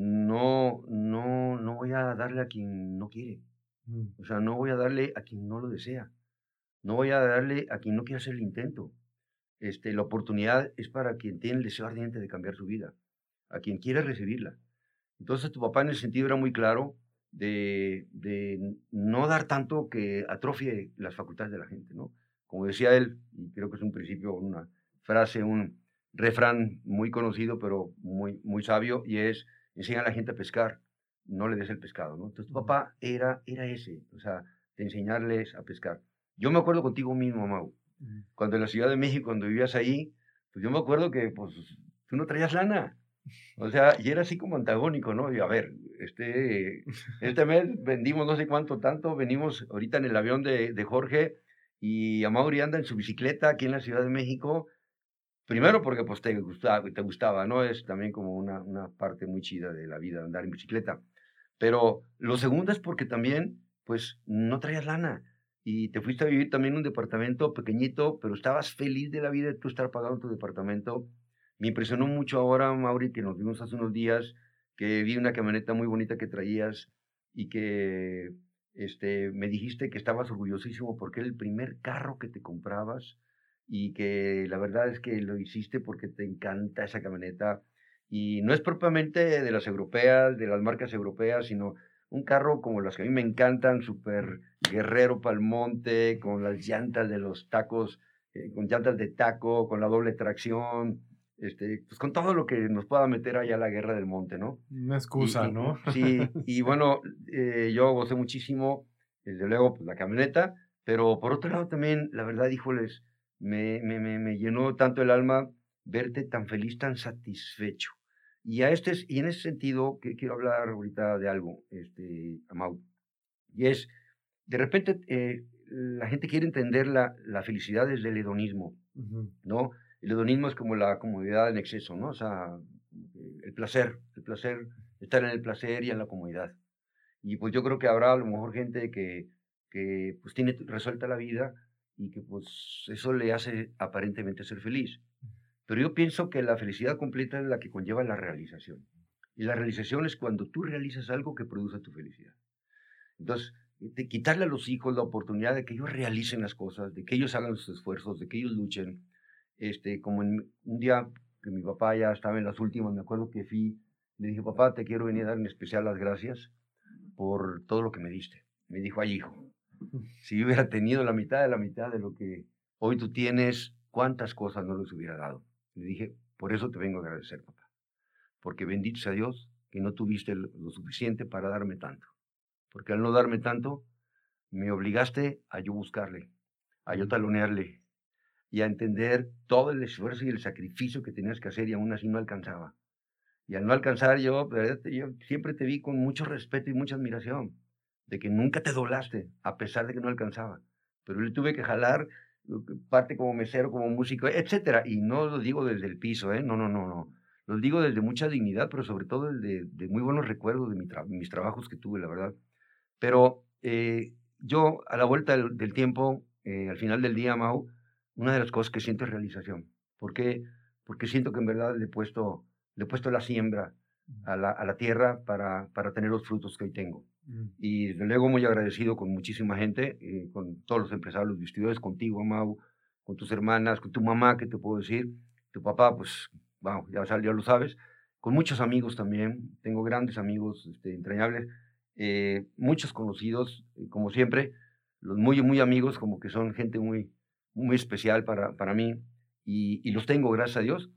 [SPEAKER 2] no voy a darle a quien no quiere.
[SPEAKER 3] Mm.
[SPEAKER 2] O sea, no voy a darle a quien no lo desea. No voy a darle a quien no quiere hacer el intento. La oportunidad es para quien tiene el deseo ardiente de cambiar su vida, a quien quiere recibirla. Entonces, tu papá en ese sentido era muy claro de no dar tanto que atrofie las facultades de la gente, ¿no? Como decía él, y creo que es un principio, una frase, un refrán muy conocido, pero muy sabio, y es, enseña a la gente a pescar, no le des el pescado, ¿no? Entonces, tu papá era ese, o sea, de enseñarles a pescar. Yo me acuerdo contigo mismo, Mau, cuando en la Ciudad de México, cuando vivías ahí, pues yo me acuerdo que, pues, tú no traías lana. O sea, y era así como antagónico, ¿no? Y a ver, este mes vendimos no sé cuánto tanto, venimos ahorita en el avión de Jorge y Amaury anda en su bicicleta aquí en la Ciudad de México. Primero porque pues te gustaba, ¿no? Es también como una parte muy chida de la vida, andar en bicicleta. Pero lo segundo es porque también, pues, no traías lana y te fuiste a vivir también en un departamento pequeñito, pero estabas feliz de la vida de tú estar pagando tu departamento. Me impresionó mucho ahora, Mauri, que nos vimos hace unos días, que vi una camioneta muy bonita que traías y que me dijiste que estabas orgullosísimo porque era el primer carro que te comprabas y que la verdad es que lo hiciste porque te encanta esa camioneta y no es propiamente de las europeas, de las marcas europeas, sino un carro como las que a mí me encantan, súper guerrero para el monte, con las llantas de los tacos, con llantas de taco, con la doble tracción, pues con todo lo que nos pueda meter allá a la guerra del monte, ¿no?
[SPEAKER 3] Una excusa, ¿no?
[SPEAKER 2] Sí, y bueno, yo gocé muchísimo, desde luego, pues la camioneta, pero por otro lado también, la verdad, híjoles, me llenó tanto el alma verte tan feliz, tan satisfecho. Y en ese sentido, que quiero hablar ahorita de algo, Amau, y es, de repente, la gente quiere entender la felicidad desde el hedonismo, ¿no? El hedonismo es como la comodidad en exceso, ¿no? O sea, el placer, estar en el placer y en la comodidad. Y pues yo creo que habrá a lo mejor gente que pues tiene resuelta la vida y que pues eso le hace aparentemente ser feliz. Pero yo pienso que la felicidad completa es la que conlleva la realización. Y la realización es cuando tú realizas algo que produce tu felicidad. Entonces, quitarle a los hijos la oportunidad de que ellos realicen las cosas, de que ellos hagan sus esfuerzos, de que ellos luchen. Como un día que mi papá ya estaba en las últimas, me acuerdo que fui, le dije, papá, te quiero venir a dar en especial las gracias por todo lo que me diste. Me dijo, ay, hijo, si yo hubiera tenido la mitad de lo que hoy tú tienes, ¿cuántas cosas no les hubiera dado? Le dije, por eso te vengo a agradecer, papá, porque bendito sea Dios que no tuviste lo suficiente para darme tanto, porque al no darme tanto, me obligaste a yo buscarle, a yo talonearle y a entender todo el esfuerzo y el sacrificio que tenías que hacer y aún así no alcanzaba. Y al no alcanzar yo siempre te vi con mucho respeto y mucha admiración, de que nunca te doblaste, a pesar de que no alcanzaba. Pero le tuve que jalar parte como mesero, como músico, etcétera. Y no lo digo desde el piso, no. Lo digo desde mucha dignidad, pero sobre todo desde de muy buenos recuerdos de mis trabajos que tuve, la verdad. Pero yo, a la vuelta del tiempo, al final del día, Mau, una de las cosas que siento es realización. ¿Por qué? Porque siento que en verdad le he puesto la siembra a la tierra para tener los frutos que hoy tengo. Y desde luego muy agradecido con muchísima gente, con todos los empresarios, los distribuidores, contigo, Mau, con tus hermanas, con tu mamá, ¿qué te puedo decir? Tu papá, pues, wow, ya lo sabes. Con muchos amigos también, tengo grandes amigos entrañables, muchos conocidos, como siempre, los muy, muy amigos, como que son gente muy, muy especial para mí, y los tengo, gracias a Dios.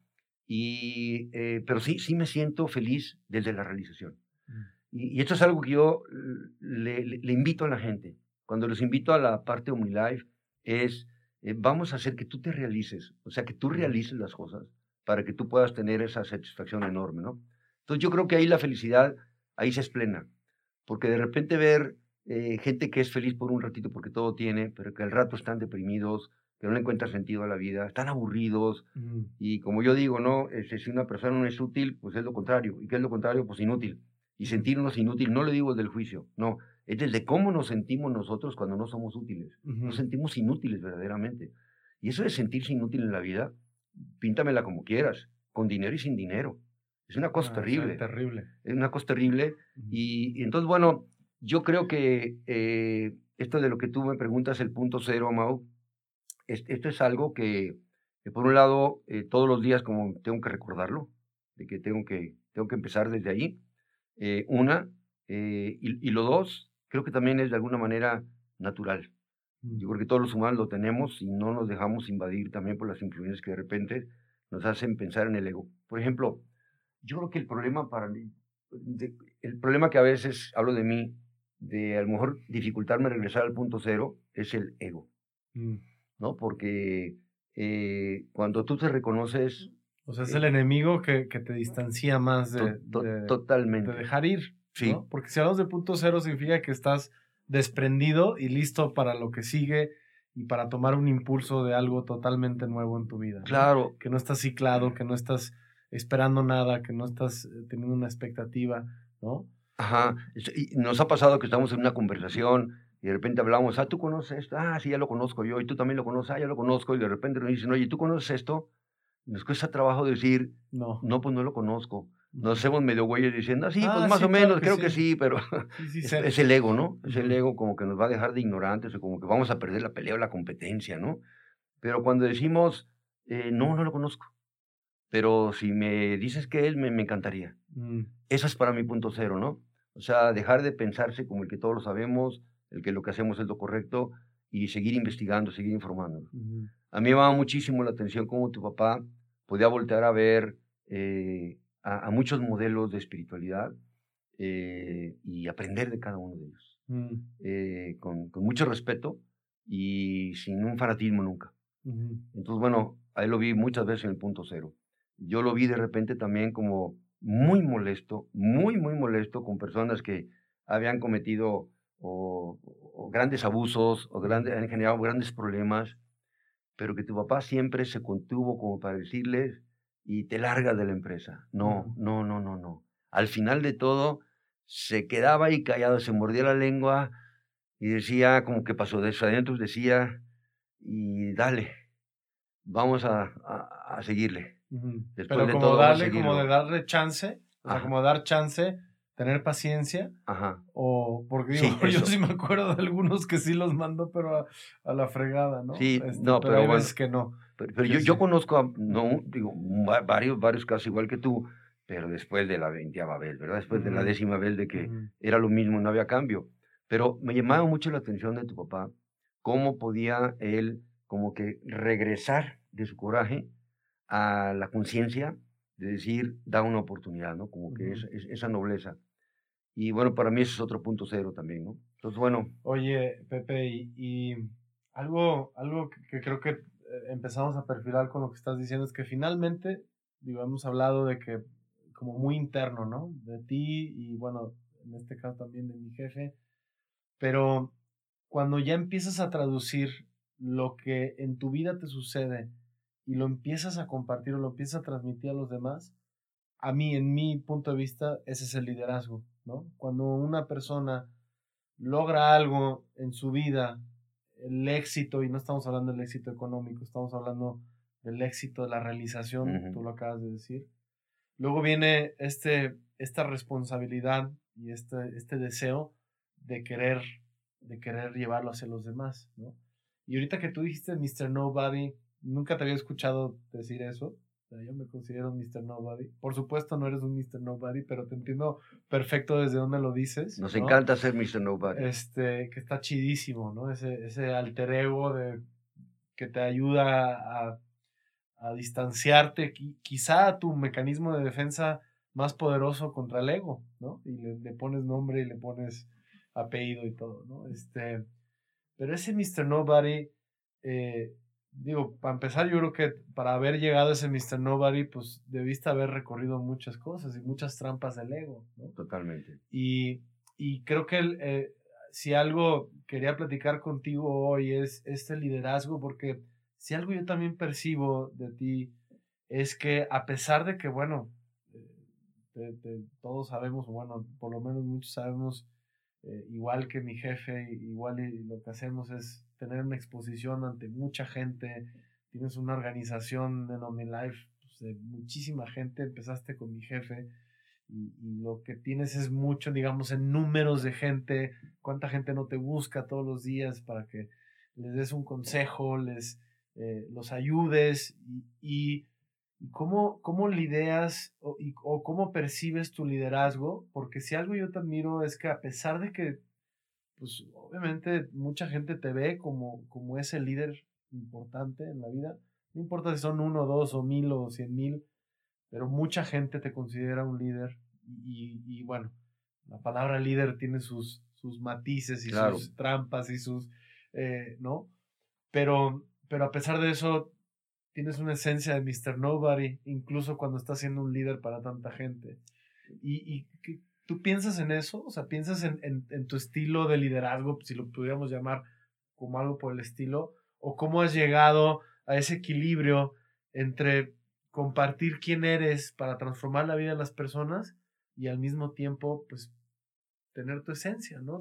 [SPEAKER 2] Pero sí me siento feliz desde la realización. Y esto es algo que yo le invito a la gente. Cuando los invito a la parte de OmniLife es, vamos a hacer que tú te realices, o sea, que tú realices las cosas para que tú puedas tener esa satisfacción enorme, ¿no? Entonces yo creo que ahí la felicidad, ahí se esplena, porque de repente ver gente que es feliz por un ratito porque todo tiene, pero que al rato están deprimidos, que no le encuentran sentido a la vida, están aburridos, y como yo digo, ¿no? Si una persona no es útil, pues es lo contrario. ¿Y qué es lo contrario? Pues inútil. Y sentirnos inútil, no le digo del juicio, no, es desde cómo nos sentimos nosotros cuando no somos útiles. Nos sentimos inútiles verdaderamente. Y eso de sentirse inútil en la vida, píntamela como quieras, con dinero y sin dinero. Es una cosa terrible. Es una cosa terrible. Y entonces, bueno, yo creo que esto de lo que tú me preguntas, el punto cero, Mau, esto es algo que por un lado, todos los días como tengo que recordarlo, de que tengo que empezar desde ahí. Y lo dos, creo que también es de alguna manera natural. Yo creo que todos los humanos lo tenemos y no nos dejamos invadir también por las influencias que de repente nos hacen pensar en el ego. Por ejemplo, yo creo que el problema para mí, el problema que a veces hablo de mí, de a lo mejor dificultarme a regresar al punto cero, es el ego, ¿no? Porque cuando tú te reconoces...
[SPEAKER 3] O sea, es el enemigo que te distancia más
[SPEAKER 2] totalmente.
[SPEAKER 3] de dejar ir, ¿no?
[SPEAKER 2] Sí.
[SPEAKER 3] Porque si hablamos de punto cero significa que estás desprendido y listo para lo que sigue y para tomar un impulso de algo totalmente nuevo en tu vida, ¿no?
[SPEAKER 2] Claro.
[SPEAKER 3] Que no estás ciclado, que no estás esperando nada, que no estás teniendo una expectativa, ¿no?
[SPEAKER 2] Ajá. Y nos ha pasado que estamos en una conversación y de repente hablamos, ¿tú conoces esto? Sí, ya lo conozco yo, y tú también lo conoces, ya lo conozco, y de repente nos dicen, oye, ¿tú conoces esto? Nos cuesta trabajo decir, no, pues no lo conozco. Nos hacemos medio güeyes diciendo, pues más o menos, creo que sí, pero es el ego, ¿no? Es el ego como que nos va a dejar de ignorantes o como que vamos a perder la pelea o la competencia, ¿no? Pero cuando decimos, no lo conozco, pero si me dices que él, me encantaría. Eso es para mí punto cero, ¿no? O sea, dejar de pensarse como el que todos lo sabemos, el que lo que hacemos es lo correcto y seguir investigando, seguir informando. A mí me llama muchísimo la atención cómo tu papá podía voltear a ver a muchos modelos de espiritualidad y aprender de cada uno de ellos. Con mucho respeto y sin un fanatismo nunca. Entonces, bueno, a él lo vi muchas veces en el punto cero. Yo lo vi de repente también como muy molesto con personas que habían cometido o grandes abusos o han generado grandes problemas, pero que tu papá siempre se contuvo como para decirles, y te largas de la empresa. No, no, no, no, no. Al final de todo, se quedaba ahí callado, se mordía la lengua y decía, como que pasó de eso adentro, decía, y dale, vamos a seguirle. Después
[SPEAKER 3] Pero
[SPEAKER 2] de
[SPEAKER 3] como
[SPEAKER 2] todo, vamos a
[SPEAKER 3] darle, como de
[SPEAKER 2] seguirlo.
[SPEAKER 3] darle chance, o sea,
[SPEAKER 2] Ajá,
[SPEAKER 3] como dar chance, tener paciencia,
[SPEAKER 2] ajá.
[SPEAKER 3] o porque digo,
[SPEAKER 2] Sí,
[SPEAKER 3] yo
[SPEAKER 2] eso.
[SPEAKER 3] sí me acuerdo de algunos que sí los mando, pero a la fregada, ¿no?
[SPEAKER 2] Sí, no,
[SPEAKER 3] Pero
[SPEAKER 2] pero
[SPEAKER 3] hay
[SPEAKER 2] bueno,
[SPEAKER 3] veces que no,
[SPEAKER 2] pero
[SPEAKER 3] que
[SPEAKER 2] yo
[SPEAKER 3] sí.
[SPEAKER 2] conozco, no, digo, varios casos igual que tú, pero después de la 20ª vez, ¿verdad? Después de la 10ª vez de que era lo mismo, no había cambio. Pero me llamaba mucho la atención de tu papá, cómo podía él como que regresar de su coraje a la conciencia de decir, da una oportunidad, ¿no? Como que esa nobleza. Y bueno, para mí ese es otro punto cero también, ¿no? Entonces, bueno,
[SPEAKER 3] Oye, Pepe, y algo que creo que empezamos a perfilar con lo que estás diciendo es que finalmente, digo, hemos hablado de que como muy interno, ¿no? De ti y bueno, en este caso también de mi jefe, pero cuando ya empiezas a traducir lo que en tu vida te sucede y lo empiezas a compartir o lo empiezas a transmitir a los demás, a mí, en mi punto de vista, ese es el liderazgo, ¿no? Cuando una persona logra algo en su vida, el éxito, y no estamos hablando del éxito económico, estamos hablando del éxito de la realización, tú lo acabas de decir. Luego viene esta responsabilidad y este deseo de querer llevarlo hacia los demás, ¿no? Y ahorita que tú dijiste Mr. Nobody, nunca te había escuchado decir eso. O sea, yo me considero un Mr. Nobody. Por supuesto no eres un Mr. Nobody, pero te entiendo perfecto desde dónde lo dices,
[SPEAKER 2] nos
[SPEAKER 3] ¿no?
[SPEAKER 2] encanta ser Mr. Nobody.
[SPEAKER 3] Que está chidísimo, ¿no? Ese alter ego que te ayuda a distanciarte, quizá a tu mecanismo de defensa más poderoso contra el ego, ¿no? Y le pones nombre y le pones apellido y todo, ¿no? Pero ese Mr. Nobody, digo, para empezar, yo creo que para haber llegado a ese Mr. Nobody, pues debiste haber recorrido muchas cosas y muchas trampas del ego, ¿no?
[SPEAKER 2] Totalmente.
[SPEAKER 3] Y creo que si algo quería platicar contigo hoy es este liderazgo, porque si algo yo también percibo de ti es que a pesar de que, bueno, todos sabemos, bueno, por lo menos muchos sabemos, igual que mi jefe, igual y lo que hacemos es tener una exposición ante mucha gente, tienes una organización en OmniLife pues, de muchísima gente, empezaste con mi jefe, y lo que tienes es mucho, digamos, en números de gente, cuánta gente no te busca todos los días para que les des un consejo, los ayudes y cómo lideras o cómo percibes tu liderazgo, porque si algo yo te admiro es que a pesar de que, pues obviamente mucha gente te ve como ese líder importante en la vida, no importa si son 1, 2 o 1000 o 100,000, pero mucha gente te considera un líder y bueno, la palabra líder tiene sus matices y
[SPEAKER 2] Claro.
[SPEAKER 3] sus trampas y ¿no? Pero a pesar de eso, tienes una esencia de Mr. Nobody, incluso cuando estás siendo un líder para tanta gente. ¿Tú piensas en eso? O sea, ¿piensas en tu estilo de liderazgo, si lo pudiéramos llamar como algo por el estilo? ¿O cómo has llegado a ese equilibrio entre compartir quién eres para transformar la vida de las personas y al mismo tiempo, pues, tener tu esencia, ¿no?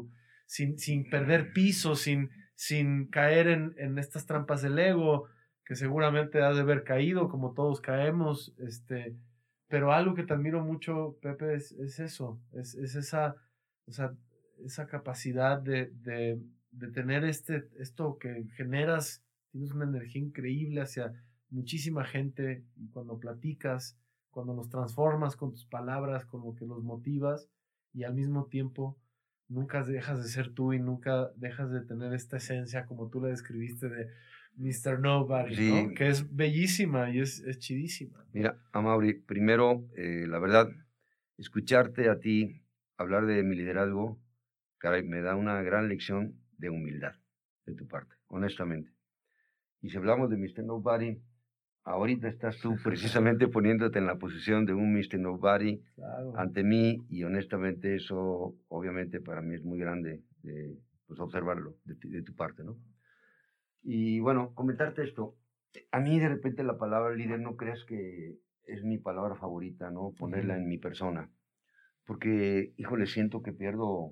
[SPEAKER 3] Sin perder piso, sin caer en estas trampas del ego, que seguramente has de haber caído, como todos caemos, pero algo que te admiro mucho, Pepe, es eso, es esa, o sea, esa capacidad de tener esto que generas, tienes una energía increíble hacia muchísima gente, y cuando platicas, cuando los transformas con tus palabras, con lo que los motivas, y al mismo tiempo nunca dejas de ser tú y nunca dejas de tener esta esencia como tú la describiste de Mr. Nobody,
[SPEAKER 2] Sí.
[SPEAKER 3] ¿no? Que es bellísima y es chidísima.
[SPEAKER 2] Mira, Amaury, primero, la verdad, escucharte a ti hablar de mi liderazgo, caray, me da una gran lección de humildad de tu parte, honestamente. Y si hablamos de Mr. Nobody, ahorita estás tú precisamente poniéndote en la posición de un Mr. Nobody ante mí, y honestamente eso obviamente para mí es muy grande pues observarlo de tu parte, ¿no? Y bueno, comentarte esto. A mí de repente la palabra líder no creas que es mi palabra favorita, ¿no? Ponerla en mi persona. Porque, híjole, siento que pierdo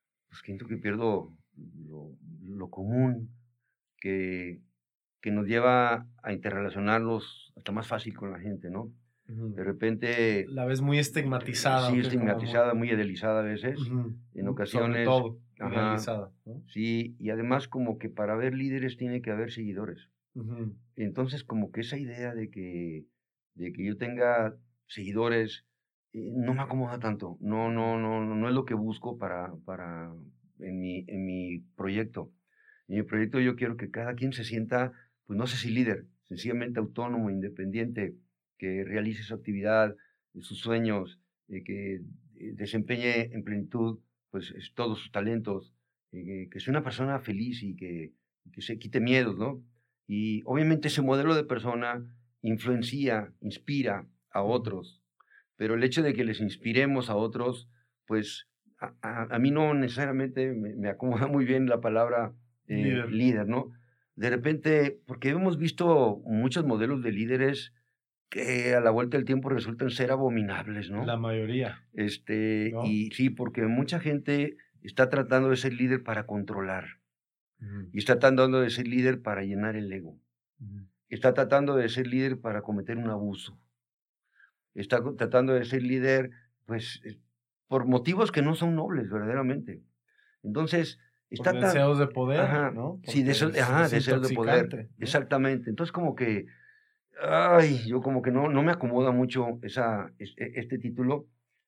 [SPEAKER 2] lo común que nos lleva a interrelacionarlos hasta más fácil con la gente, ¿no? De repente...
[SPEAKER 3] La ves muy estigmatizada.
[SPEAKER 2] Sí, estigmatizada, muy idealizada a veces, en ocasiones.
[SPEAKER 3] Sobre todo, idealizada, ¿no?
[SPEAKER 2] Sí, y además como que para haber líderes tiene que haber seguidores. Entonces como que esa idea de que yo tenga seguidores no me acomoda tanto. No es lo que busco en mi proyecto. En mi proyecto yo quiero que cada quien se sienta, pues no sé si líder, sencillamente autónomo, independiente, que realice su actividad, sus sueños, que desempeñe en plenitud pues todos sus talentos, que sea una persona feliz y que se quite miedos, ¿no? Y obviamente ese modelo de persona influencia, inspira a otros, pero el hecho de que les inspiremos a otros, pues a mí no necesariamente me acomoda muy bien la palabra líder, ¿no? De repente, porque hemos visto muchos modelos de líderes que a la vuelta del tiempo resultan ser abominables, ¿no?
[SPEAKER 3] La mayoría.
[SPEAKER 2] ¿No? Y sí, porque mucha gente está tratando de ser líder para controlar. Y está tratando de ser líder para llenar el ego. Está tratando de ser líder para cometer un abuso. Está tratando de ser líder, pues, por motivos que no son nobles, verdaderamente. Entonces,
[SPEAKER 3] está por deseos de poder, ¿no?
[SPEAKER 2] Porque sí, deseos de poder. ¿No? Exactamente. Entonces, como que, yo como que no me acomoda mucho este título.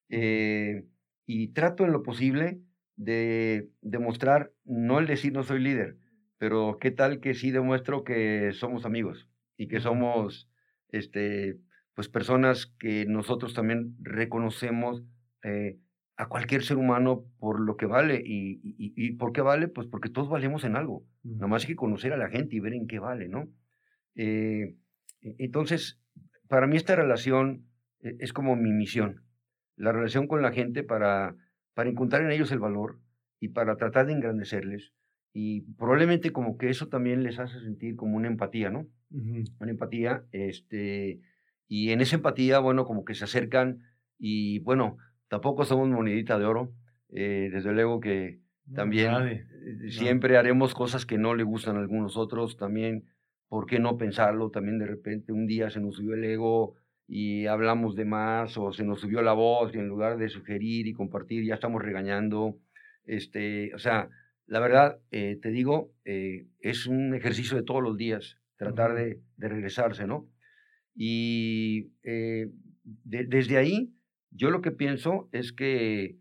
[SPEAKER 2] Y trato en lo posible de demostrar, no el decir no soy líder, pero qué tal que sí demuestro que somos amigos y que somos, pues personas que nosotros también reconocemos a cualquier ser humano por lo que vale. ¿Y por qué vale? Pues porque todos valemos en algo. Nada más hay que conocer a la gente y ver en qué vale, ¿no? Entonces, para mí esta relación es como mi misión. La relación con la gente para encontrar en ellos el valor y para tratar de engrandecerles. Y probablemente como que eso también les hace sentir como una empatía, ¿no? Una empatía, y en esa empatía, bueno, como que se acercan y, bueno, tampoco somos monedita de oro. Desde luego que también siempre haremos cosas que no le gustan a algunos otros. También, ¿por qué no pensarlo? También de repente un día se nos subió el ego y hablamos de más, o se nos subió la voz y en lugar de sugerir y compartir ya estamos regañando. O sea, la verdad, te digo, es un ejercicio de todos los días, tratar de regresarse, ¿no? Y desde ahí, yo lo que pienso es que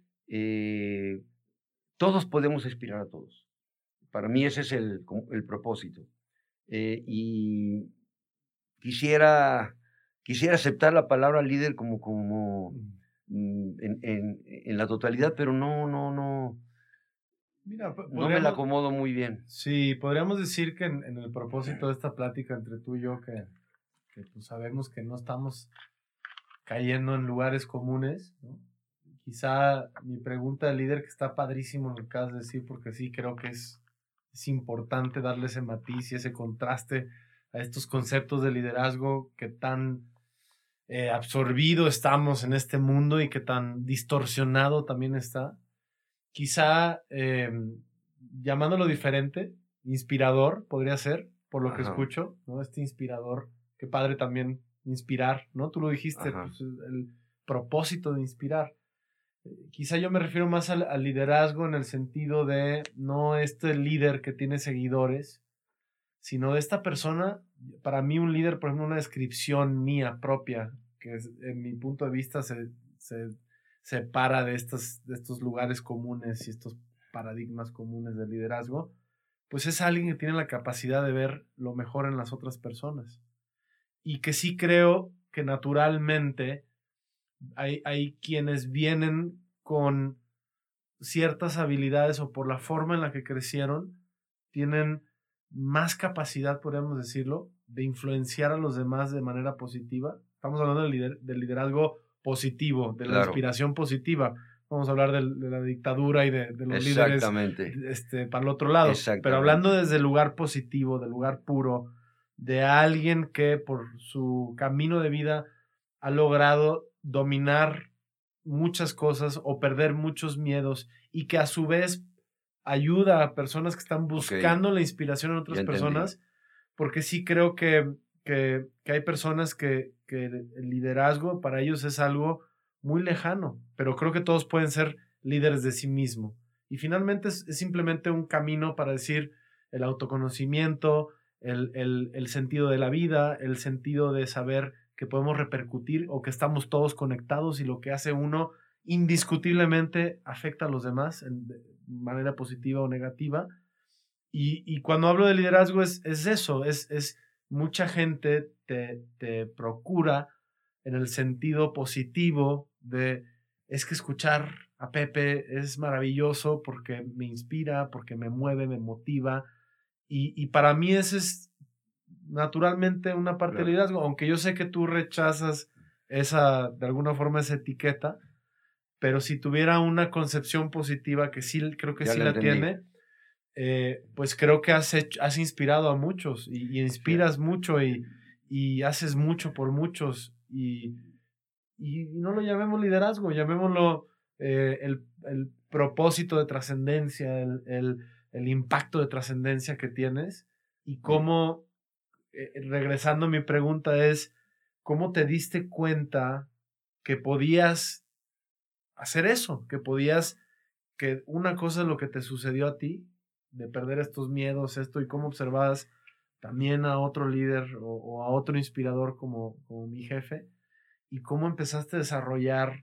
[SPEAKER 2] todos podemos inspirar a todos. Para mí ese es el propósito. Y quisiera aceptar la palabra líder como en la totalidad, pero no. Mira, no me la acomodo muy bien.
[SPEAKER 3] Sí, podríamos decir que en el propósito de esta plática entre tú y yo, que pues sabemos que no estamos cayendo en lugares comunes, ¿no? Quizá mi pregunta de líder, que está padrísimo lo que acabas de decir, porque sí creo que es importante darle ese matiz y ese contraste a estos conceptos de liderazgo que tan absorbido estamos en este mundo y que tan distorsionado también está. Quizá llamándolo diferente, inspirador podría ser, por lo que escucho, ¿no? Este inspirador, qué padre también inspirar, ¿no? Tú lo dijiste, pues, el propósito de inspirar. Quizá yo me refiero más al liderazgo en el sentido de no este líder que tiene seguidores, sino de esta persona. Para mí un líder, por ejemplo, una descripción mía propia, que en mi punto de vista se separa de estos lugares comunes y estos paradigmas comunes del liderazgo, pues es alguien que tiene la capacidad de ver lo mejor en las otras personas. Y que sí creo que naturalmente hay quienes vienen con ciertas habilidades o por la forma en la que crecieron, tienen más capacidad, podríamos decirlo, influenciar a los demás de manera positiva. Estamos hablando del liderazgo positivo, de la inspiración positiva. Vamos a hablar de la dictadura y de los líderes para el otro lado. Pero hablando desde el lugar positivo, del lugar puro, de alguien que por su camino de vida ha logrado dominar muchas cosas o perder muchos miedos y que a su vez ayuda a personas que están buscando la inspiración en otras personas, porque sí creo que hay personas que el liderazgo para ellos es algo muy lejano, pero creo que todos pueden ser líderes de sí mismo. Y finalmente es simplemente un camino para decir el autoconocimiento, el sentido de la vida, el sentido de saber que podemos repercutir o que estamos todos conectados y lo que hace uno indiscutiblemente afecta a los demás de manera positiva o negativa. Y cuando hablo de liderazgo es eso, es mucha gente te procura en el sentido positivo de es que escuchar a Pepe es maravilloso porque me inspira, porque me mueve, me motiva. Y para mí ese es naturalmente una parte del liderazgo, aunque yo sé que tú rechazas de alguna forma esa etiqueta, pero si tuviera una concepción positiva, que sí, creo que sí la tiene, pues creo que has inspirado a muchos y inspiras mucho y haces mucho por muchos y no lo llamemos liderazgo, llamémoslo el propósito de trascendencia, el impacto de trascendencia que tienes y cómo, regresando a mi pregunta es, ¿cómo te diste cuenta que podías hacer eso? Que una cosa es lo que te sucedió a ti, de perder estos miedos, y cómo observabas también a otro líder o a otro inspirador como mi jefe, y cómo empezaste a desarrollar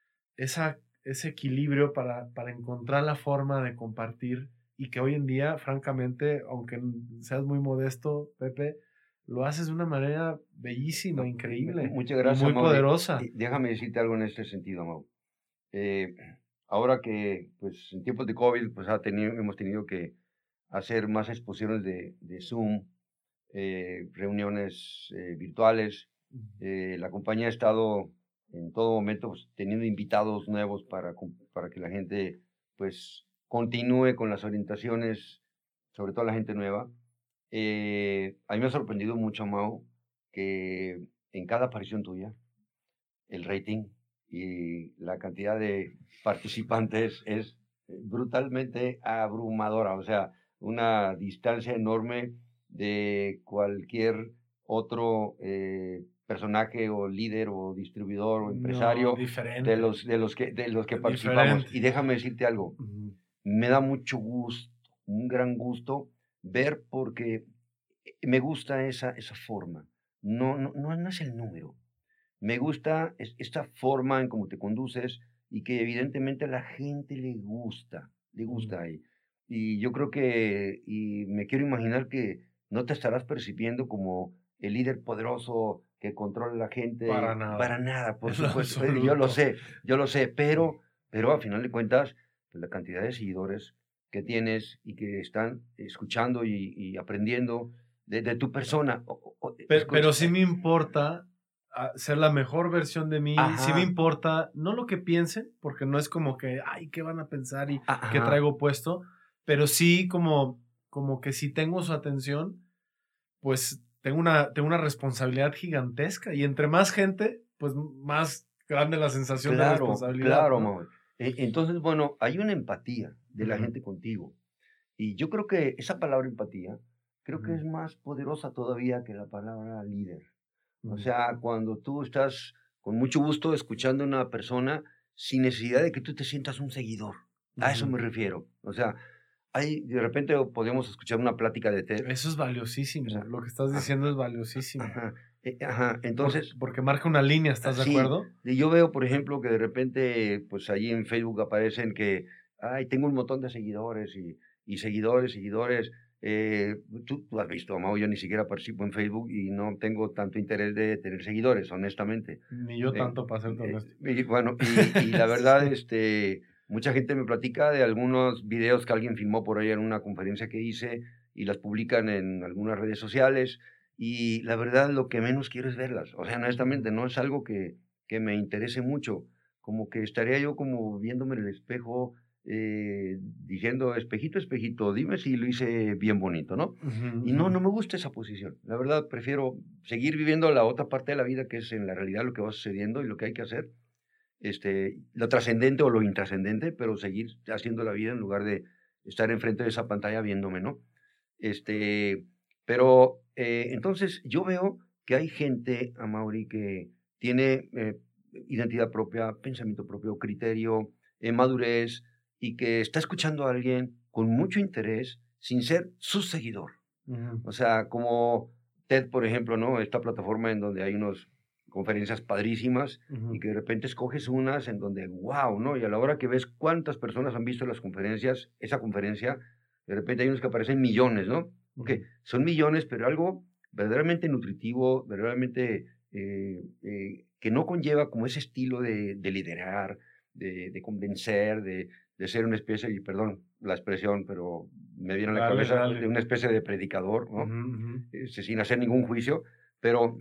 [SPEAKER 3] ese equilibrio para encontrar la forma de compartir y que hoy en día, francamente, aunque seas muy modesto, Pepe, lo haces de una manera bellísima, increíble.
[SPEAKER 2] Muchas gracias,
[SPEAKER 3] y muy
[SPEAKER 2] Mau.
[SPEAKER 3] poderosa.
[SPEAKER 2] Déjame decirte algo en este sentido, Mau. Ahora que pues, en tiempos de COVID pues, hemos tenido que hacer más exposiciones de Zoom, reuniones virtuales. La compañía ha estado en todo momento pues, teniendo invitados nuevos para que la gente pues, continúe con las orientaciones, sobre todo la gente nueva. A mí me ha sorprendido mucho, Mau, que en cada aparición tuya, el rating y la cantidad de participantes es brutalmente abrumadora, o sea, una distancia enorme de cualquier otro personaje o líder o distribuidor o empresario de los que participamos. Y déjame decirte algo, me da mucho gusto, un gran gusto ver porque me gusta esa forma. No es el número. Me gusta esta forma en cómo te conduces y que evidentemente a la gente le gusta ahí. Y yo creo y me quiero imaginar que no te estarás percibiendo como el líder poderoso que controla a la gente. Para nada, por supuesto. Yo lo sé, pero a final de cuentas, pues la cantidad de seguidores que tienes y que están escuchando y aprendiendo de tu persona.
[SPEAKER 3] Pero sí me importa ser la mejor versión de mí. Ajá. Sí me importa, no lo que piensen, porque no es como que, ay, ¿qué van a pensar y qué traigo puesto? Pero sí como que si tengo su atención, pues tengo una responsabilidad gigantesca. Y entre más gente, pues más grande la sensación de responsabilidad.
[SPEAKER 2] Claro,
[SPEAKER 3] ¿no?
[SPEAKER 2] Mau. Entonces, bueno, hay una empatía de la gente contigo. Y yo creo que esa palabra empatía, creo que es más poderosa todavía que la palabra líder. O sea, cuando tú estás con mucho gusto escuchando a una persona sin necesidad de que tú te sientas un seguidor. A eso me refiero. O sea, de repente podemos escuchar una plática de TED.
[SPEAKER 3] Eso es valiosísimo. O sea, lo que estás diciendo es valiosísimo.
[SPEAKER 2] Entonces...
[SPEAKER 3] Porque marca una línea, ¿estás de acuerdo?
[SPEAKER 2] Y yo veo, por ejemplo, que de repente, pues allí en Facebook aparecen que, ay, tengo un montón de seguidores y seguidores. Tú has visto, Mau, yo ni siquiera participo en Facebook y no tengo tanto interés de tener seguidores, honestamente.
[SPEAKER 3] Ni yo tanto, para ser honesto.
[SPEAKER 2] Bueno, y la verdad, mucha gente me platica de algunos videos que alguien filmó por ahí en una conferencia que hice y las publican en algunas redes sociales y la verdad lo que menos quiero es verlas. O sea, honestamente, no es algo que me interese mucho. Como que estaría yo como viéndome en el espejo, diciendo, espejito, espejito, dime si lo hice bien bonito, ¿no? Y no me gusta esa posición. La verdad, prefiero seguir viviendo la otra parte de la vida, que es en la realidad lo que va sucediendo y lo que hay que hacer, lo trascendente o lo intrascendente, pero seguir haciendo la vida en lugar de estar enfrente de esa pantalla viéndome, ¿no? Pero entonces yo veo que hay gente, Amaury, que tiene identidad propia, pensamiento propio, criterio, madurez, y que está escuchando a alguien con mucho interés sin ser su seguidor. O sea, como TED, por ejemplo, ¿no? Esta plataforma en donde hay unas conferencias padrísimas y que de repente escoges unas en donde, wow, ¿no? Y a la hora que ves cuántas personas han visto las conferencias, esa conferencia, de repente hay unos que aparecen millones, ¿no? Okay, son millones, pero algo verdaderamente nutritivo, verdaderamente que no conlleva como ese estilo de liderar, de convencer, de ser una especie, y perdón la expresión, pero me viene a la cabeza de una especie de predicador, ¿no? Sin hacer ningún juicio, pero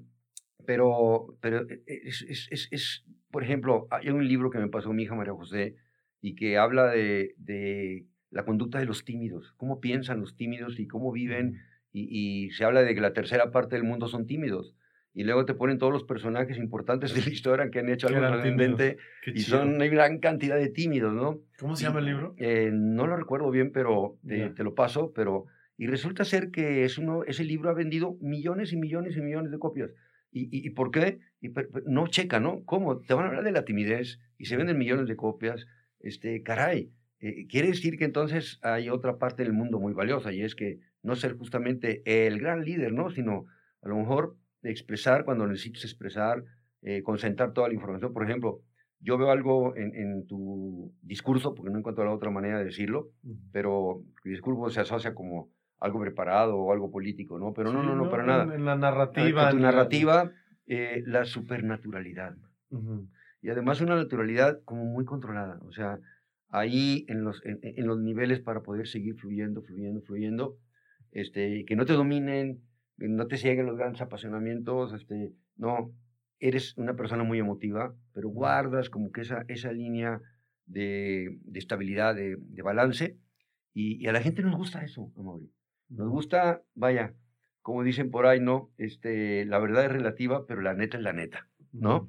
[SPEAKER 2] es, por ejemplo, hay un libro que me pasó mi hija María José y que habla de la conducta de los tímidos, cómo piensan los tímidos y cómo viven, y se habla de que la tercera parte del mundo son tímidos. Y luego te ponen todos los personajes importantes de la historia que han hecho algo trascendente, y son una gran cantidad de tímidos, ¿no?
[SPEAKER 3] ¿Cómo se llama el libro?
[SPEAKER 2] No lo recuerdo bien, pero te lo paso, y resulta ser que ese libro ha vendido millones y millones y millones de copias. ¿Y por qué? No checa, ¿no? ¿Cómo? Te van a hablar de la timidez y se venden millones de copias. Caray, quiere decir que entonces hay otra parte del mundo muy valiosa, y es que no ser justamente el gran líder, ¿no? Sino a lo mejor expresar cuando necesites expresar, concentrar toda la información. Por ejemplo, yo veo algo en tu discurso, porque no encuentro la otra manera de decirlo, pero el discurso se asocia como algo preparado o algo político, ¿no? Pero sí, no, para nada.
[SPEAKER 3] En la narrativa.
[SPEAKER 2] En tu narrativa, la supernaturalidad. Y además una naturalidad como muy controlada. O sea, ahí en los niveles para poder seguir fluyendo, que no te dominen, no te cieguen los grandes apasionamientos, no, eres una persona muy emotiva, pero guardas como que esa línea de estabilidad, de balance, y a la gente nos gusta eso, Amaury. Nos gusta, vaya, como dicen por ahí, ¿no? La verdad es relativa, pero la neta es la neta, ¿no?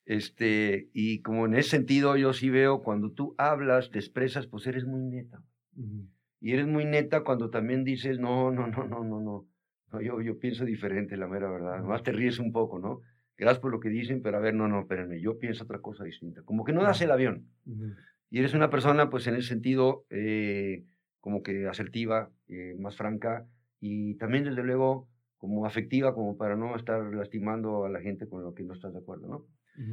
[SPEAKER 2] Y como en ese sentido yo sí veo, cuando tú hablas, te expresas, pues eres muy neta. Y eres muy neta cuando también dices, no, yo pienso diferente, la mera verdad. Además te ríes un poco, ¿no? Gracias por lo que dicen, pero a ver, no, espérenme, yo pienso otra cosa distinta. Como que no das el avión. Y eres una persona, pues en ese sentido, como que asertiva, más franca, y también desde luego como afectiva, como para no estar lastimando a la gente con lo que no estás de acuerdo, ¿no?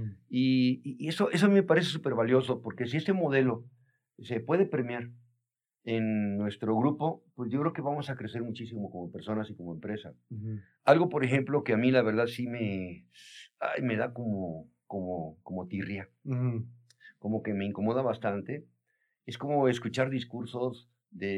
[SPEAKER 2] Y eso a mí me parece súper valioso, porque si este modelo se puede premiar en nuestro grupo, pues yo creo que vamos a crecer muchísimo como personas y como empresa. Algo, por ejemplo, que a mí la verdad sí me da como tirria, como que me incomoda bastante, es como escuchar discursos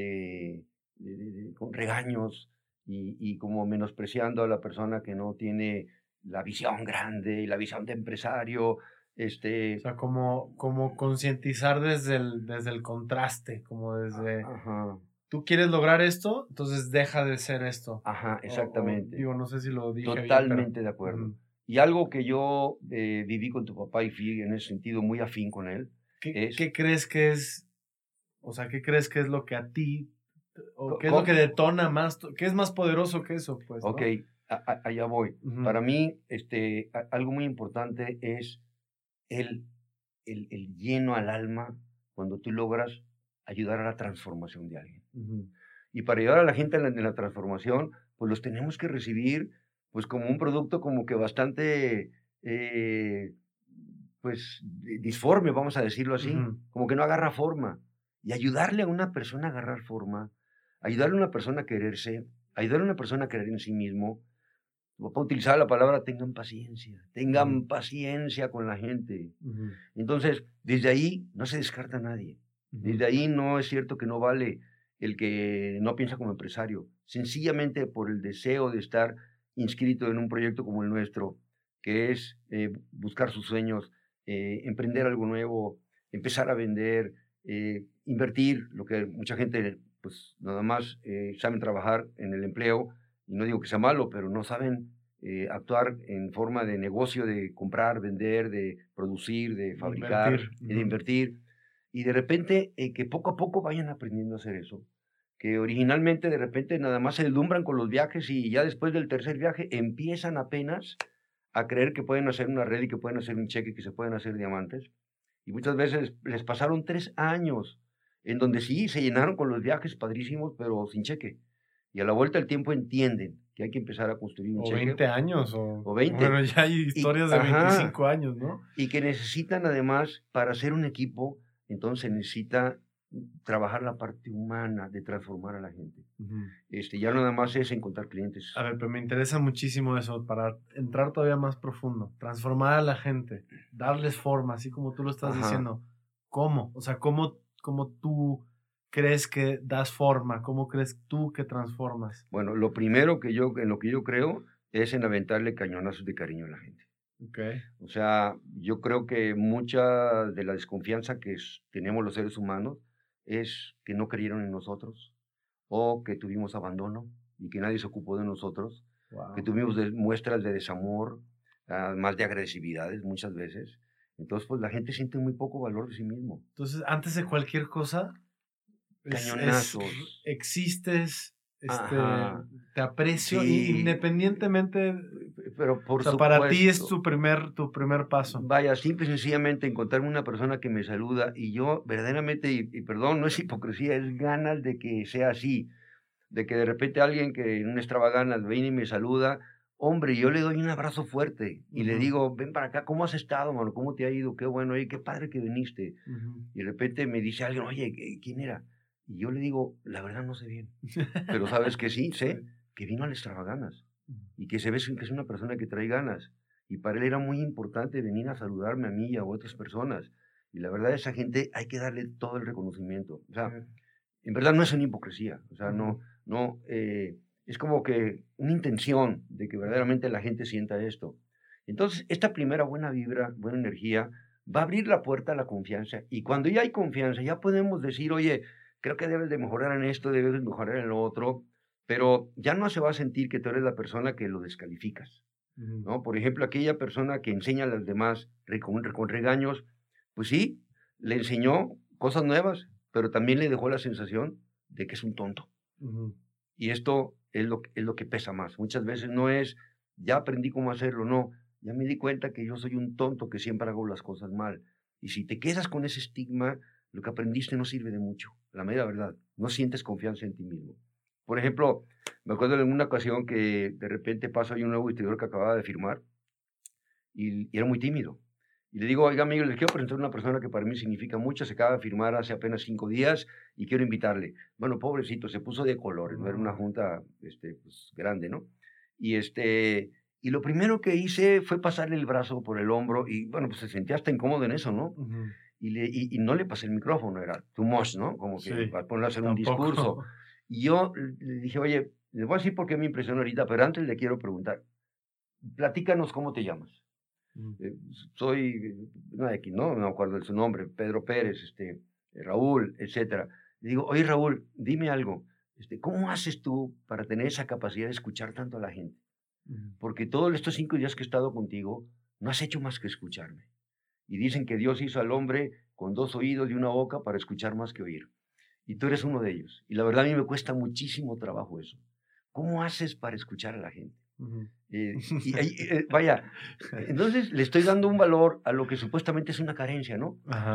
[SPEAKER 2] con regaños y como menospreciando a la persona que no tiene la visión grande y la visión de empresario.
[SPEAKER 3] O sea, como concientizar desde el contraste, como desde...
[SPEAKER 2] Ajá.
[SPEAKER 3] Tú quieres lograr esto, entonces deja de ser esto.
[SPEAKER 2] Ajá, exactamente.
[SPEAKER 3] Digo, no sé si lo dije
[SPEAKER 2] totalmente
[SPEAKER 3] bien, pero...
[SPEAKER 2] de acuerdo. Y algo que yo viví con tu papá y fui en ese sentido muy afín con él.
[SPEAKER 3] ¿Qué crees que es? O sea, ¿qué crees que es lo que a ti, o qué es lo que detona más, qué es más poderoso que eso, pues?
[SPEAKER 2] Ok, ¿no? Allá voy. Para mí, algo muy importante es el lleno al alma cuando tú logras ayudar a la transformación de alguien. Y para ayudar a la gente en la transformación, pues los tenemos que recibir pues como un producto como que bastante pues disforme, vamos a decirlo así, como que no agarra forma. Y ayudarle a una persona a agarrar forma, ayudarle a una persona a quererse, ayudarle a una persona a creer en sí mismo. Voy a utilizar la palabra tengan paciencia con la gente. Entonces, desde ahí no se descarta a nadie. Desde ahí no es cierto que no vale el que no piensa como empresario, sencillamente por el deseo de estar inscrito en un proyecto como el nuestro, que es buscar sus sueños, emprender algo nuevo, empezar a vender, invertir, lo que mucha gente pues nada más saben trabajar en el empleo, y no digo que sea malo, pero no saben actuar en forma de negocio, de comprar, vender, de producir, de fabricar, de invertir, y de repente que poco a poco vayan aprendiendo a hacer eso, que originalmente de repente nada más se deslumbran con los viajes y ya después del tercer viaje empiezan apenas a creer que pueden hacer una red y que pueden hacer un cheque, que se pueden hacer diamantes, y muchas veces les pasaron 3 años en donde sí, se llenaron con los viajes padrísimos, pero sin cheque. Y a la vuelta del tiempo entienden que hay que empezar a construir un cheque.
[SPEAKER 3] 20 años,
[SPEAKER 2] o 20.
[SPEAKER 3] Bueno, ya hay historias de 25 años, ¿no?
[SPEAKER 2] Y que necesitan además, para hacer un equipo, entonces necesita trabajar la parte humana de transformar a la gente. Ya nada más es encontrar clientes.
[SPEAKER 3] A ver, pero me interesa muchísimo eso, para entrar todavía más profundo. Transformar a la gente, darles forma, así como tú lo estás diciendo. ¿Cómo? O sea, ¿cómo tú crees que das forma? ¿Cómo crees tú que transformas?
[SPEAKER 2] Bueno, lo primero en lo que yo creo es en aventarle cañonazos de cariño a la gente.
[SPEAKER 3] Okay.
[SPEAKER 2] O sea, yo creo que mucha de la desconfianza que tenemos los seres humanos es que no creyeron en nosotros, o que tuvimos abandono y que nadie se ocupó de nosotros, que tuvimos muestras de desamor, más de agresividades muchas veces. Entonces, pues la gente siente muy poco valor de sí mismo.
[SPEAKER 3] Entonces, antes de cualquier cosa,
[SPEAKER 2] cañonazos.
[SPEAKER 3] Existes, te aprecio, independientemente,
[SPEAKER 2] pero por supuesto,
[SPEAKER 3] para ti es tu primer paso.
[SPEAKER 2] Vaya, simple y sencillamente encontrarme una persona que me saluda y yo verdaderamente, y perdón, no es hipocresía, es ganas de que sea así, de que de repente alguien que en una extravagante viene y me saluda, hombre, yo le doy un abrazo fuerte y le digo, ven para acá, ¿cómo has estado, mano? ¿Cómo te ha ido? Qué bueno, oye, qué padre que viniste. Y de repente me dice alguien, oye, ¿quién era? Y yo le digo, la verdad no sé bien, pero sabes que sí, sé que vino al Extravaganas y que se ve que es una persona que trae ganas. Y para él era muy importante venir a saludarme a mí y a otras personas. Y la verdad, a esa gente hay que darle todo el reconocimiento. O sea, en verdad no es una hipocresía. O sea, es como que una intención de que verdaderamente la gente sienta esto. Entonces, esta primera buena vibra, buena energía, va a abrir la puerta a la confianza. Y cuando ya hay confianza, ya podemos decir, oye, creo que debes de mejorar en esto, debes de mejorar en lo otro, pero ya no se va a sentir que tú eres la persona que lo descalificas, ¿no? Por ejemplo, aquella persona que enseña a los demás con regaños, pues sí, le enseñó cosas nuevas, pero también le dejó la sensación de que es un tonto. Y esto es lo que pesa más. Muchas veces no es, ya aprendí cómo hacerlo, no, ya me di cuenta que yo soy un tonto que siempre hago las cosas mal. Y si te quedas con ese estigma, lo que aprendiste no sirve de mucho, la mera verdad. No sientes confianza en ti mismo. Por ejemplo, me acuerdo de una ocasión que de repente pasó ahí un nuevo distribuidor que acababa de firmar y era muy tímido. Y le digo, oiga, amigo, les quiero presentar a una persona que para mí significa mucho, se acaba de firmar hace apenas 5 días y quiero invitarle. Bueno, pobrecito, se puso de colores, no era una junta pues, grande, ¿no? Y lo primero que hice fue pasarle el brazo por el hombro y, bueno, pues se sentía hasta incómodo en eso, ¿no? Y no le pasé el micrófono, era too much, ¿no? Como que va a poner a hacer un discurso. Y yo le dije, oye, les voy a decir por qué me impresionó ahorita, pero antes le quiero preguntar, platícanos cómo te llamas. Soy, no me acuerdo de su nombre, Pedro Pérez, Raúl, etcétera. Le digo, oye Raúl, dime algo, ¿cómo haces tú para tener esa capacidad de escuchar tanto a la gente? Porque todos estos 5 días que he estado contigo, no has hecho más que escucharme. Y dicen que Dios hizo al hombre con 2 oídos y una boca para escuchar más que oír. Y tú eres uno de ellos. Y la verdad a mí me cuesta muchísimo trabajo eso. ¿Cómo haces para escuchar a la gente? Vaya, entonces le estoy dando un valor a lo que supuestamente es una carencia, ¿no?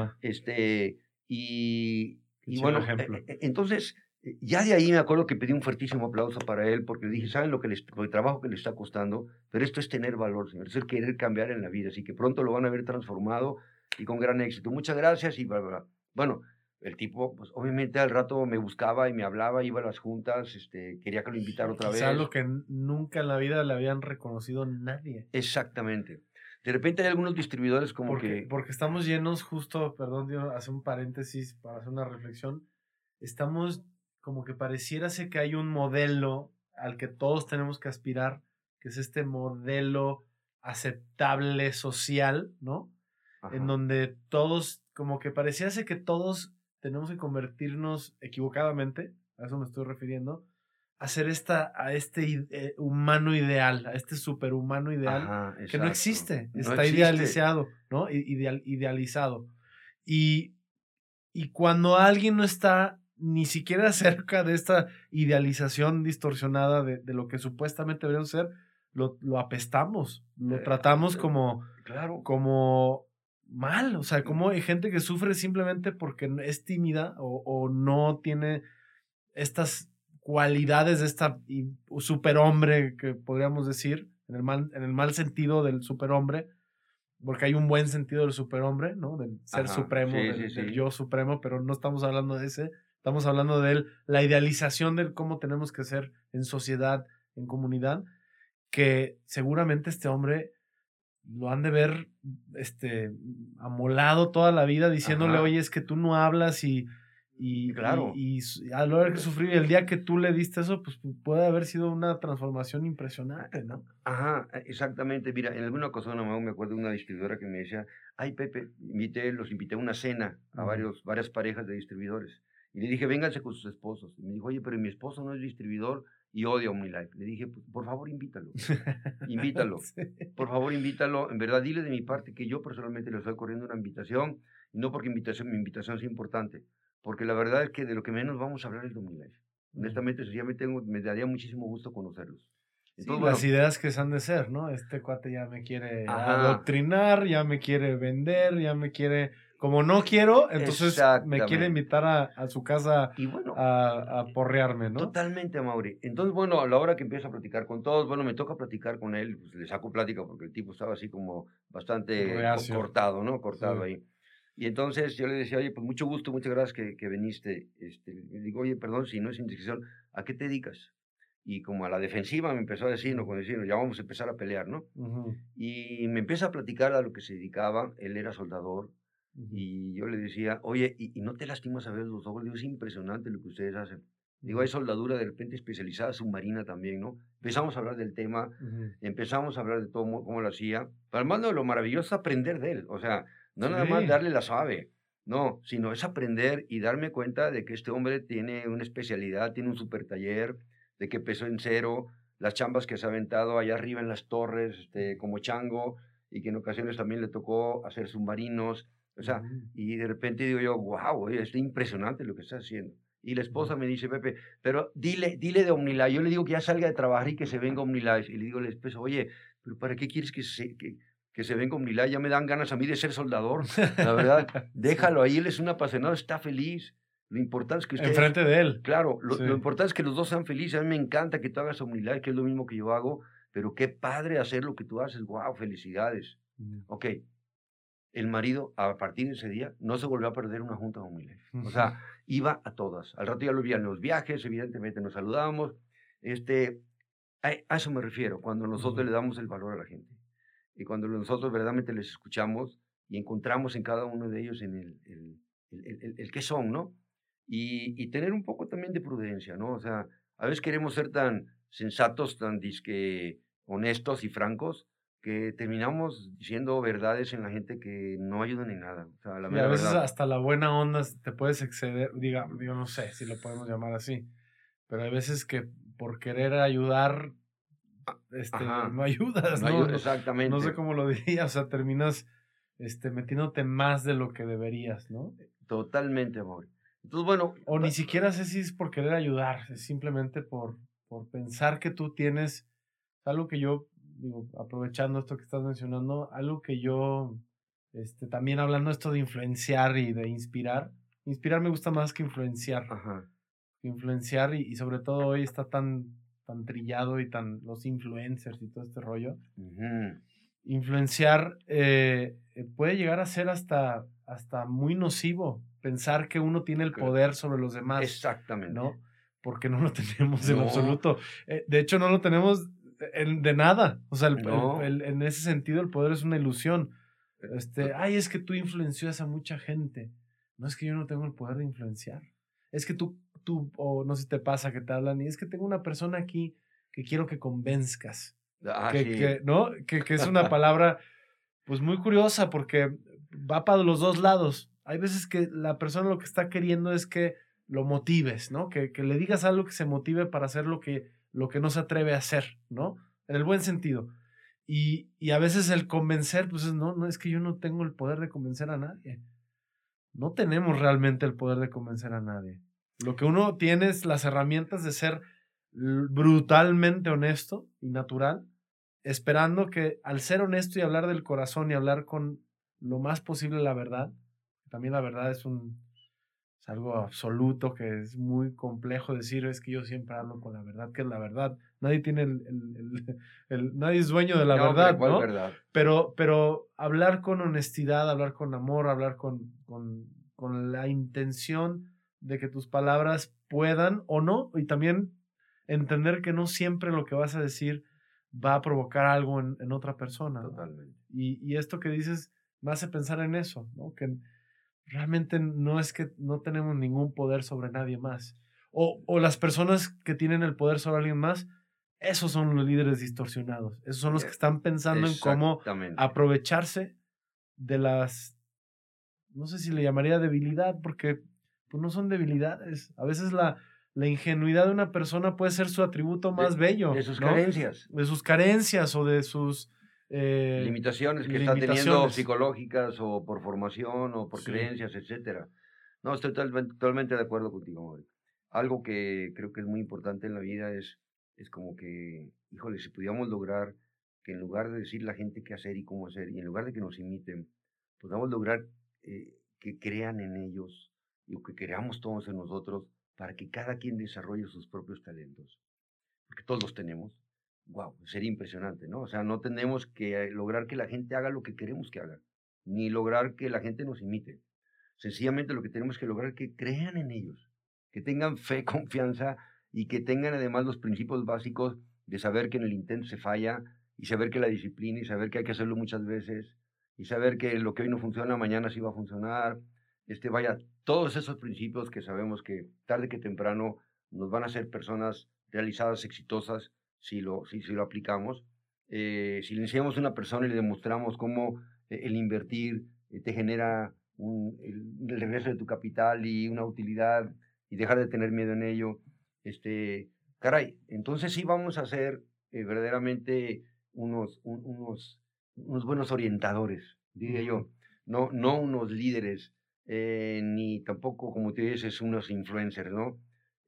[SPEAKER 2] Y bueno, entonces ya de ahí me acuerdo que pedí un fuertísimo aplauso para él, porque le dije, ¿saben el trabajo que le está costando? Pero esto es tener valor, señor, es el querer cambiar en la vida, así que pronto lo van a ver transformado y con gran éxito. Muchas gracias y bla, bla, bla. Bueno, el tipo, pues obviamente al rato me buscaba y me hablaba, iba a las juntas, quería que lo invitara otra vez.
[SPEAKER 3] Quizá lo que nunca en la vida le habían reconocido nadie.
[SPEAKER 2] Exactamente. De repente hay algunos distribuidores
[SPEAKER 3] porque estamos llenos, justo, perdón, yo hace un paréntesis para hacer una reflexión, estamos como que pareciera ser que hay un modelo al que todos tenemos que aspirar, que es este modelo aceptable social, ¿no?
[SPEAKER 2] Ajá.
[SPEAKER 3] En donde todos, como que pareciese que todos tenemos que convertirnos equivocadamente, a eso me estoy refiriendo, a este humano ideal, a este superhumano ideal,
[SPEAKER 2] Ajá,
[SPEAKER 3] que no
[SPEAKER 2] exacto.
[SPEAKER 3] existe,
[SPEAKER 2] No
[SPEAKER 3] está
[SPEAKER 2] existe.
[SPEAKER 3] idealizado, ¿no? Idealizado. Y cuando alguien no está ni siquiera cerca de esta idealización distorsionada de lo que supuestamente deberíamos ser, lo apestamos, lo tratamos
[SPEAKER 2] Claro.
[SPEAKER 3] como mal, o sea, como hay gente que sufre simplemente porque es tímida o no tiene estas cualidades de esta superhombre que podríamos decir, en el mal sentido del superhombre, porque hay un buen sentido del superhombre, ¿no? Del ser
[SPEAKER 2] Ajá,
[SPEAKER 3] supremo,
[SPEAKER 2] sí,
[SPEAKER 3] del
[SPEAKER 2] sí.
[SPEAKER 3] yo supremo, pero no estamos hablando de ese, estamos hablando de la idealización de cómo tenemos que ser en sociedad, en comunidad, que seguramente este hombre lo han de ver amolado toda la vida diciéndole,
[SPEAKER 2] Ajá.
[SPEAKER 3] oye, es que tú no hablas
[SPEAKER 2] Claro.
[SPEAKER 3] y a lo que sufrir, el día que tú le diste eso, pues puede haber sido una transformación impresionante, ¿no?
[SPEAKER 2] Ajá, exactamente. Mira, en alguna ocasión nomás me acuerdo de una distribuidora que me decía, ay, Pepe, los invité a una cena a varias parejas de distribuidores. Y le dije, vénganse con sus esposos. Y me dijo, oye, pero mi esposo no es distribuidor y odia OmniLife. Le dije, por favor, invítalo. Invítalo.
[SPEAKER 3] Sí.
[SPEAKER 2] Por favor, invítalo. En verdad, dile de mi parte que yo personalmente le estoy corriendo una invitación. Y no porque mi invitación sea importante. Porque la verdad es que de lo que menos vamos a hablar es de OmniLife. Honestamente, sencillamente me daría muchísimo gusto conocerlos.
[SPEAKER 3] Sí, las ideas que se han de ser, ¿no? Este cuate ya me quiere adoctrinar, ya me quiere vender, ya me quiere... Como no quiero, entonces me quiere invitar a su casa
[SPEAKER 2] y bueno,
[SPEAKER 3] a porrearme, ¿no?
[SPEAKER 2] Totalmente, Amaury. Entonces, bueno, a la hora que empiezo a platicar con todos, bueno, me toca platicar con él, pues le saco plática porque el tipo estaba así como bastante cortado, ¿no? Cortado ahí. Y entonces yo le decía, oye, pues mucho gusto, muchas gracias que viniste. Le digo, oye, perdón si no es indiscreción, ¿a qué te dedicas? Y como a la defensiva me empezó a decir, ¿no? Cuando decir, ya vamos a empezar a pelear, ¿no? Y me empieza a platicar a lo que se dedicaba, él era soldador, y yo le decía, oye, ¿y no te lastimas a ver los ojos? Le digo, es impresionante lo que ustedes hacen. Digo, hay soldadura de repente especializada, submarina también, ¿no? Empezamos a hablar del tema, empezamos a hablar de todo cómo lo hacía. Pero además, no, lo maravilloso es aprender de él, o sea, no nada más darle la suave, no, sino es aprender y darme cuenta de que este hombre tiene una especialidad, tiene un super taller, de que empezó en cero, las chambas que se ha aventado allá arriba en las torres, como chango, y que en ocasiones también le tocó hacer submarinos, o sea, y de repente digo yo, wow, es impresionante lo que está haciendo. Y la esposa me dice, Pepe, pero dile de OmniLife. Yo le digo que ya salga de trabajar y que se venga OmniLife. Y le digo a la esposa, oye, pero ¿para qué quieres que se venga OmniLife? Ya me dan ganas a mí de ser soldador. La verdad, déjalo ahí, él es un apasionado, está feliz. Lo importante es que ustedes...
[SPEAKER 3] Enfrente de él.
[SPEAKER 2] Claro, lo importante es que los dos sean felices. A mí me encanta que tú hagas OmniLife, que es lo mismo que yo hago, pero qué padre hacer lo que tú haces. Wow, felicidades. Ok. El marido, a partir de ese día, no se volvió a perder una junta de OmniLife. O sea, iba a todas. Al rato ya lo veían en los viajes, evidentemente nos saludábamos. A eso me refiero, cuando nosotros le damos el valor a la gente. Y cuando nosotros verdaderamente les escuchamos y encontramos en cada uno de ellos en el qué son, ¿no? Y tener un poco también de prudencia, ¿no? O sea, a veces queremos ser tan sensatos, tan honestos y francos, que terminamos diciendo verdades en la gente que no ayudan en nada. O sea, la
[SPEAKER 3] y a veces
[SPEAKER 2] verdad.
[SPEAKER 3] hasta la buena onda te puedes exceder, digo, no sé si lo podemos llamar así, pero hay veces que por querer ayudar, no ayudas, ¿no?
[SPEAKER 2] Exactamente.
[SPEAKER 3] No sé cómo lo diría, o sea, terminas metiéndote más de lo que deberías, ¿no?
[SPEAKER 2] Totalmente, amor. Entonces, bueno.
[SPEAKER 3] O ni siquiera sé si es por querer ayudar, es simplemente por pensar que tú tienes algo que yo, digo, aprovechando esto que estás mencionando, algo que yo, también hablando esto de influenciar y de inspirar me gusta más que influenciar. Influenciar y sobre todo hoy está tan trillado y los influencers y todo este rollo. Influenciar puede llegar a ser hasta muy nocivo, pensar que uno tiene el poder sobre los demás.
[SPEAKER 2] Exactamente.
[SPEAKER 3] ¿No? Porque no lo tenemos en absoluto. De hecho, no lo tenemos de nada. O sea, en ese sentido, el poder es una ilusión. Es que tú influencias a mucha gente. No es que yo no tengo el poder de influenciar. Es que tú, o no sé si te pasa que te hablan, y es que tengo una persona aquí que quiero que convenzcas. ¿no? Que es una palabra pues muy curiosa porque va para los dos lados. Hay veces que la persona lo que está queriendo es que lo motives, ¿no? Que le digas algo que se motive para hacer lo que no se atreve a hacer, ¿no? En el buen sentido. Y a veces el convencer, pues no, es que yo no tengo el poder de convencer a nadie. No tenemos realmente el poder de convencer a nadie. Lo que uno tiene es las herramientas de ser brutalmente honesto y natural, esperando que al ser honesto y hablar del corazón y hablar con lo más posible la verdad, también la verdad es algo absoluto que es muy complejo decir, es que yo siempre hablo con la verdad, que es la verdad. Nadie tiene nadie es dueño de la verdad,
[SPEAKER 2] hombre, ¿cuál
[SPEAKER 3] ¿no?
[SPEAKER 2] verdad?
[SPEAKER 3] Pero hablar con honestidad, hablar con amor, hablar con la intención de que tus palabras puedan o no, y también entender que no siempre lo que vas a decir va a provocar algo en otra persona.
[SPEAKER 2] Totalmente.
[SPEAKER 3] Y esto que dices me hace pensar en eso, ¿no? Que realmente no es que no tenemos ningún poder sobre nadie más. O las personas que tienen el poder sobre alguien más, esos son los líderes distorsionados. Esos son los que están pensando en cómo aprovecharse de las, no sé si le llamaría debilidad, porque pues no son debilidades. A veces la ingenuidad de una persona puede ser su atributo más bello.
[SPEAKER 2] De sus
[SPEAKER 3] ¿no?
[SPEAKER 2] carencias.
[SPEAKER 3] De sus carencias o de sus
[SPEAKER 2] limitaciones que está teniendo psicológicas o por formación o por creencias, etcétera. No, estoy totalmente de acuerdo contigo, Mauricio. Algo que creo que es muy importante en la vida es como que, híjole, si pudiéramos lograr que en lugar de decir la gente qué hacer y cómo hacer, y en lugar de que nos imiten, podamos lograr que crean en ellos y que creamos todos en nosotros para que cada quien desarrolle sus propios talentos, porque todos los tenemos. Wow, sería impresionante, ¿no? O sea, no tenemos que lograr que la gente haga lo que queremos que haga, ni lograr que la gente nos imite. Sencillamente lo que tenemos que lograr es que crean en ellos, que tengan fe, confianza y que tengan además los principios básicos de saber que en el intento se falla y saber que la disciplina y saber que hay que hacerlo muchas veces y saber que lo que hoy no funciona, mañana sí va a funcionar. Vaya, todos esos principios que sabemos que tarde que temprano nos van a hacer personas realizadas, exitosas, si lo aplicamos. Si le enseñamos a una persona y le demostramos cómo el invertir te genera el regreso de tu capital y una utilidad y dejar de tener miedo en ello, caray, entonces sí vamos a ser verdaderamente unos buenos orientadores, diría yo, no unos líderes, ni tampoco, como tú dices, unos influencers, ¿no?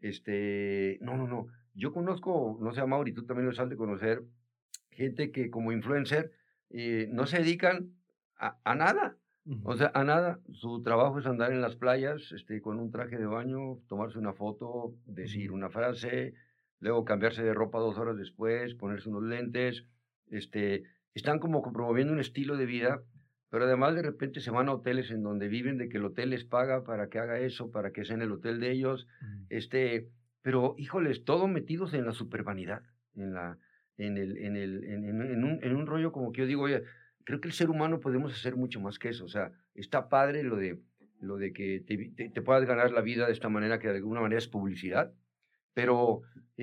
[SPEAKER 2] No. Yo conozco, no sé, Mauri, tú también lo has de conocer, gente que como influencer no se dedican a nada. O sea, a nada. Su trabajo es andar en las playas con un traje de baño, tomarse una foto, decir una frase, luego cambiarse de ropa 2 horas después, ponerse unos lentes. Están como promoviendo un estilo de vida, pero además de repente se van a hoteles en donde viven de que el hotel les paga para que haga eso, para que sea en el hotel de ellos. Pero, híjoles, todo metidos en la supervanidad, en un rollo como que yo digo, oye, creo que el ser humano podemos hacer mucho más que eso. O sea, está padre lo de que te puedas ganar la vida de esta manera, que de alguna manera es publicidad, pero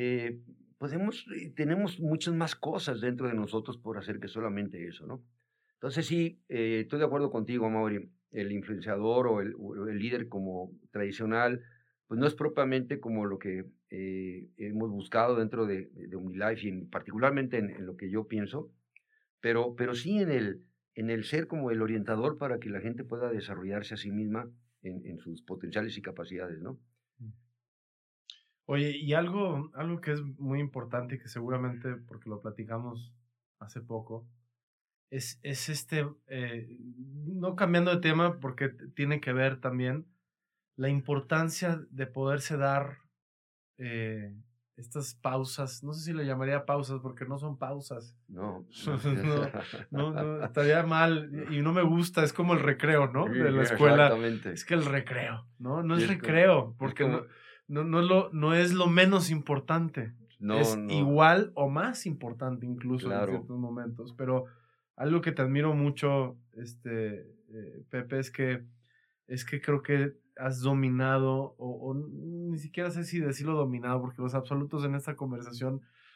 [SPEAKER 2] tenemos muchas más cosas dentro de nosotros por hacer que solamente eso, ¿no? Entonces sí, estoy de acuerdo contigo, Mauri. El influenciador o el líder como tradicional, pues no es propiamente como lo que hemos buscado dentro de OmniLife y particularmente en lo que yo pienso, pero sí en el ser como el orientador para que la gente pueda desarrollarse a sí misma en sus potenciales y capacidades, ¿no?
[SPEAKER 3] Oye, y algo que es muy importante y que seguramente, porque lo platicamos hace poco, es no cambiando de tema porque tiene que ver también la importancia de poderse dar estas pausas, no sé si le llamaría pausas porque no son pausas.
[SPEAKER 2] No.
[SPEAKER 3] No, estaría mal y no me gusta, es como el recreo, ¿no? De la escuela.
[SPEAKER 2] Exactamente.
[SPEAKER 3] Es que el recreo, ¿no? No es recreo, porque no es lo menos importante. Es igual o más importante incluso en ciertos momentos, pero algo que te admiro mucho, Pepe, es que creo que has dominado, o ni siquiera sé si decirlo dominado, porque los absolutos en esta conversación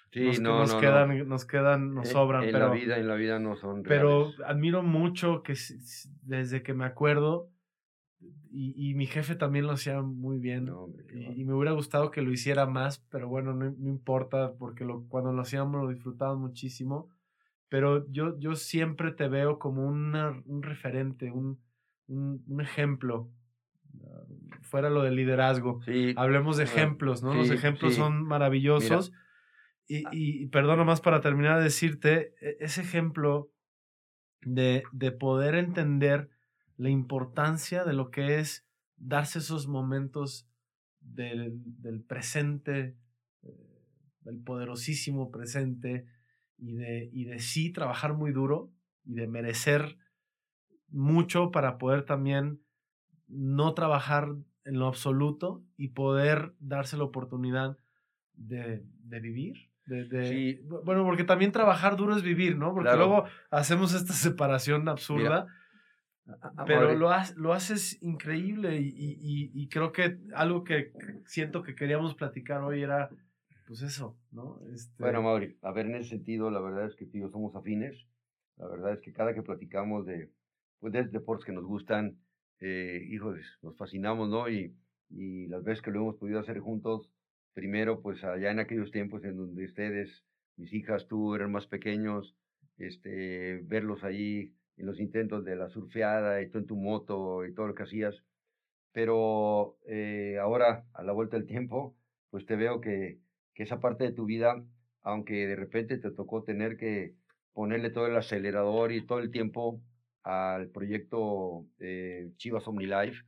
[SPEAKER 2] Sí,
[SPEAKER 3] nos quedan, nos sobran.
[SPEAKER 2] En
[SPEAKER 3] pero,
[SPEAKER 2] la vida no son
[SPEAKER 3] pero
[SPEAKER 2] reales.
[SPEAKER 3] admiro mucho que desde que me acuerdo, y mi jefe también lo hacía muy bien,
[SPEAKER 2] No, hombre,
[SPEAKER 3] y me hubiera gustado que lo hiciera más, pero bueno, no importa, porque cuando lo hacíamos lo disfrutábamos muchísimo. Pero yo siempre te veo como un referente, un ejemplo. Fuera lo del liderazgo.
[SPEAKER 2] Sí,
[SPEAKER 3] Hablemos de ejemplos, ¿no? Los
[SPEAKER 2] sí,
[SPEAKER 3] ejemplos
[SPEAKER 2] sí.
[SPEAKER 3] son
[SPEAKER 2] Mira,
[SPEAKER 3] maravillosos. Y perdón, nomás para terminar de decirte, ese ejemplo de poder entender la importancia de lo que es darse esos momentos del presente, del poderosísimo presente, y de sí trabajar muy duro y de merecer mucho para poder también no trabajar en lo absoluto y poder darse la oportunidad de vivir.
[SPEAKER 2] sí,
[SPEAKER 3] Bueno, porque también trabajar duro es vivir, ¿no? Porque
[SPEAKER 2] claro.
[SPEAKER 3] luego hacemos esta separación
[SPEAKER 2] Mira,
[SPEAKER 3] absurda, pero lo haces increíble, y creo que algo que siento que queríamos platicar hoy era, pues eso, ¿no?
[SPEAKER 2] Bueno, Mauri, a ver, en ese sentido, la verdad es que tú y yo somos afines. La verdad es que cada que platicamos pues, de deportes que nos gustan, híjoles, nos fascinamos, ¿no? Y las veces que lo hemos podido hacer juntos, primero, pues allá en aquellos tiempos en donde ustedes, mis hijas, tú eran más pequeños, verlos ahí en los intentos de la surfeada y tú en tu moto y todo lo que hacías. Pero ahora, a la vuelta del tiempo, pues te veo que esa parte de tu vida, aunque de repente te tocó tener que ponerle todo el acelerador y todo el tiempo al proyecto Chivas OmniLife,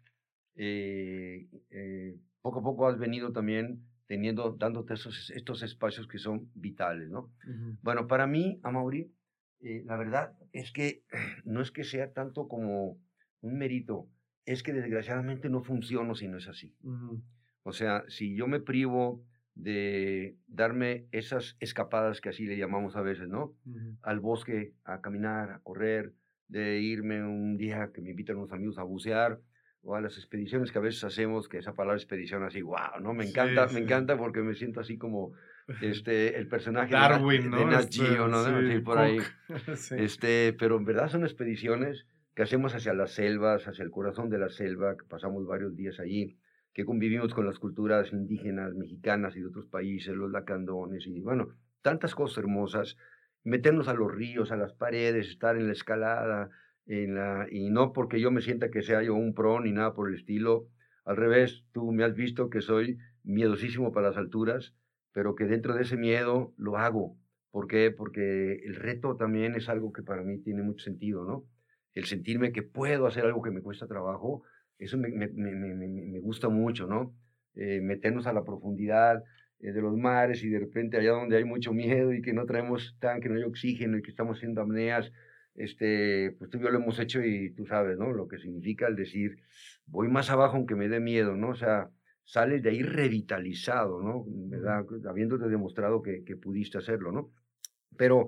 [SPEAKER 2] poco a poco has venido también dándote estos espacios que son vitales, ¿no?
[SPEAKER 3] Uh-huh.
[SPEAKER 2] Bueno, para mí, Amaury, la verdad es que no es que sea tanto como un mérito, es que desgraciadamente no funciono si no es así.
[SPEAKER 3] Uh-huh.
[SPEAKER 2] O sea, si yo me privo de darme esas escapadas que así le llamamos a veces, ¿no?
[SPEAKER 3] Uh-huh.
[SPEAKER 2] Al bosque, a caminar, a correr, de irme un día que me invitan unos amigos a bucear, o a las expediciones que a veces hacemos, que esa palabra expedición así, wow, ¿no? Me encanta porque me siento así como el personaje
[SPEAKER 3] Darwin,
[SPEAKER 2] de
[SPEAKER 3] ¿no?
[SPEAKER 2] Nat Geo, ¿no?
[SPEAKER 3] Sí,
[SPEAKER 2] Sí, por
[SPEAKER 3] Cook.
[SPEAKER 2] ahí.
[SPEAKER 3] Sí.
[SPEAKER 2] Pero en verdad son expediciones que hacemos hacia las selvas, hacia el corazón de la selva, que pasamos varios días allí, que convivimos con las culturas indígenas, mexicanas y de otros países, los lacandones y bueno, tantas cosas hermosas, meternos a los ríos, a las paredes, estar en la escalada, y no porque yo me sienta que sea yo un pro ni nada por el estilo, al revés, tú me has visto que soy miedosísimo para las alturas, pero que dentro de ese miedo lo hago. ¿Por qué? Porque el reto también es algo que para mí tiene mucho sentido, ¿no? El sentirme que puedo hacer algo que me cuesta trabajo, eso me gusta mucho, ¿no? Meternos a la profundidad de los mares y de repente allá donde hay mucho miedo y que no traemos tanque, no hay oxígeno y que estamos haciendo apneas, pues tú y yo lo hemos hecho y tú sabes, ¿no? Lo que significa el decir, voy más abajo aunque me dé miedo, ¿no? O sea, sales de ahí revitalizado, ¿no? ¿Verdad? Habiéndote demostrado que pudiste hacerlo, ¿no? Pero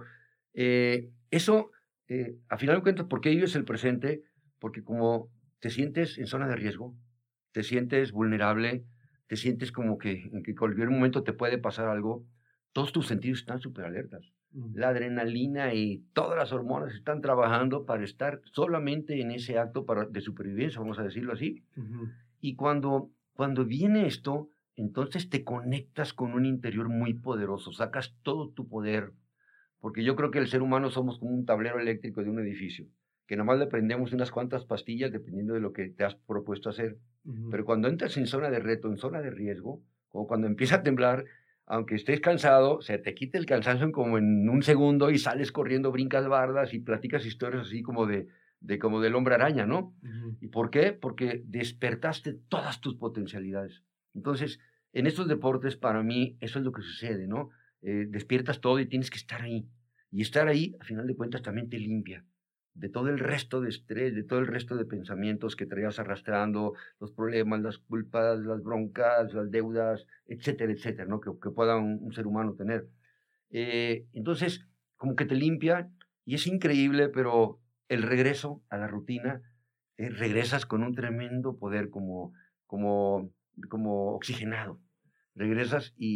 [SPEAKER 2] eso, a final de cuentas, ¿por qué ello es el presente? Porque como te sientes en zona de riesgo, te sientes vulnerable, te sientes como que en que cualquier momento te puede pasar algo, todos tus sentidos están súper alertas. La adrenalina y todas las hormonas están trabajando para estar solamente en ese acto de supervivencia, vamos a decirlo así.
[SPEAKER 3] Uh-huh.
[SPEAKER 2] Y cuando viene esto, entonces te conectas con un interior muy poderoso, sacas todo tu poder, porque yo creo que el ser humano somos como un tablero eléctrico de un edificio, que nomás le prendemos unas cuantas pastillas dependiendo de lo que te has propuesto hacer.
[SPEAKER 3] Uh-huh.
[SPEAKER 2] Pero cuando entras en zona de reto, en zona de riesgo, o cuando empieza a temblar, aunque estés cansado, se te quita el cansancio como en un segundo y sales corriendo, brincas bardas y platicas historias así como como del hombre araña, ¿no?
[SPEAKER 3] Uh-huh.
[SPEAKER 2] ¿Y por qué? Porque despertaste todas tus potencialidades. Entonces, en estos deportes, para mí, eso es lo que sucede, ¿no? Despiertas todo y tienes que estar ahí. Y estar ahí, a final de cuentas, también te limpia de todo el resto de estrés, de todo el resto de pensamientos que traías arrastrando, los problemas, las culpas, las broncas, las deudas, etcétera, etcétera, ¿no? Que pueda un ser humano tener. Entonces, como que te limpia y es increíble, pero el regreso a la rutina, regresas con un tremendo poder como oxigenado. Regresas y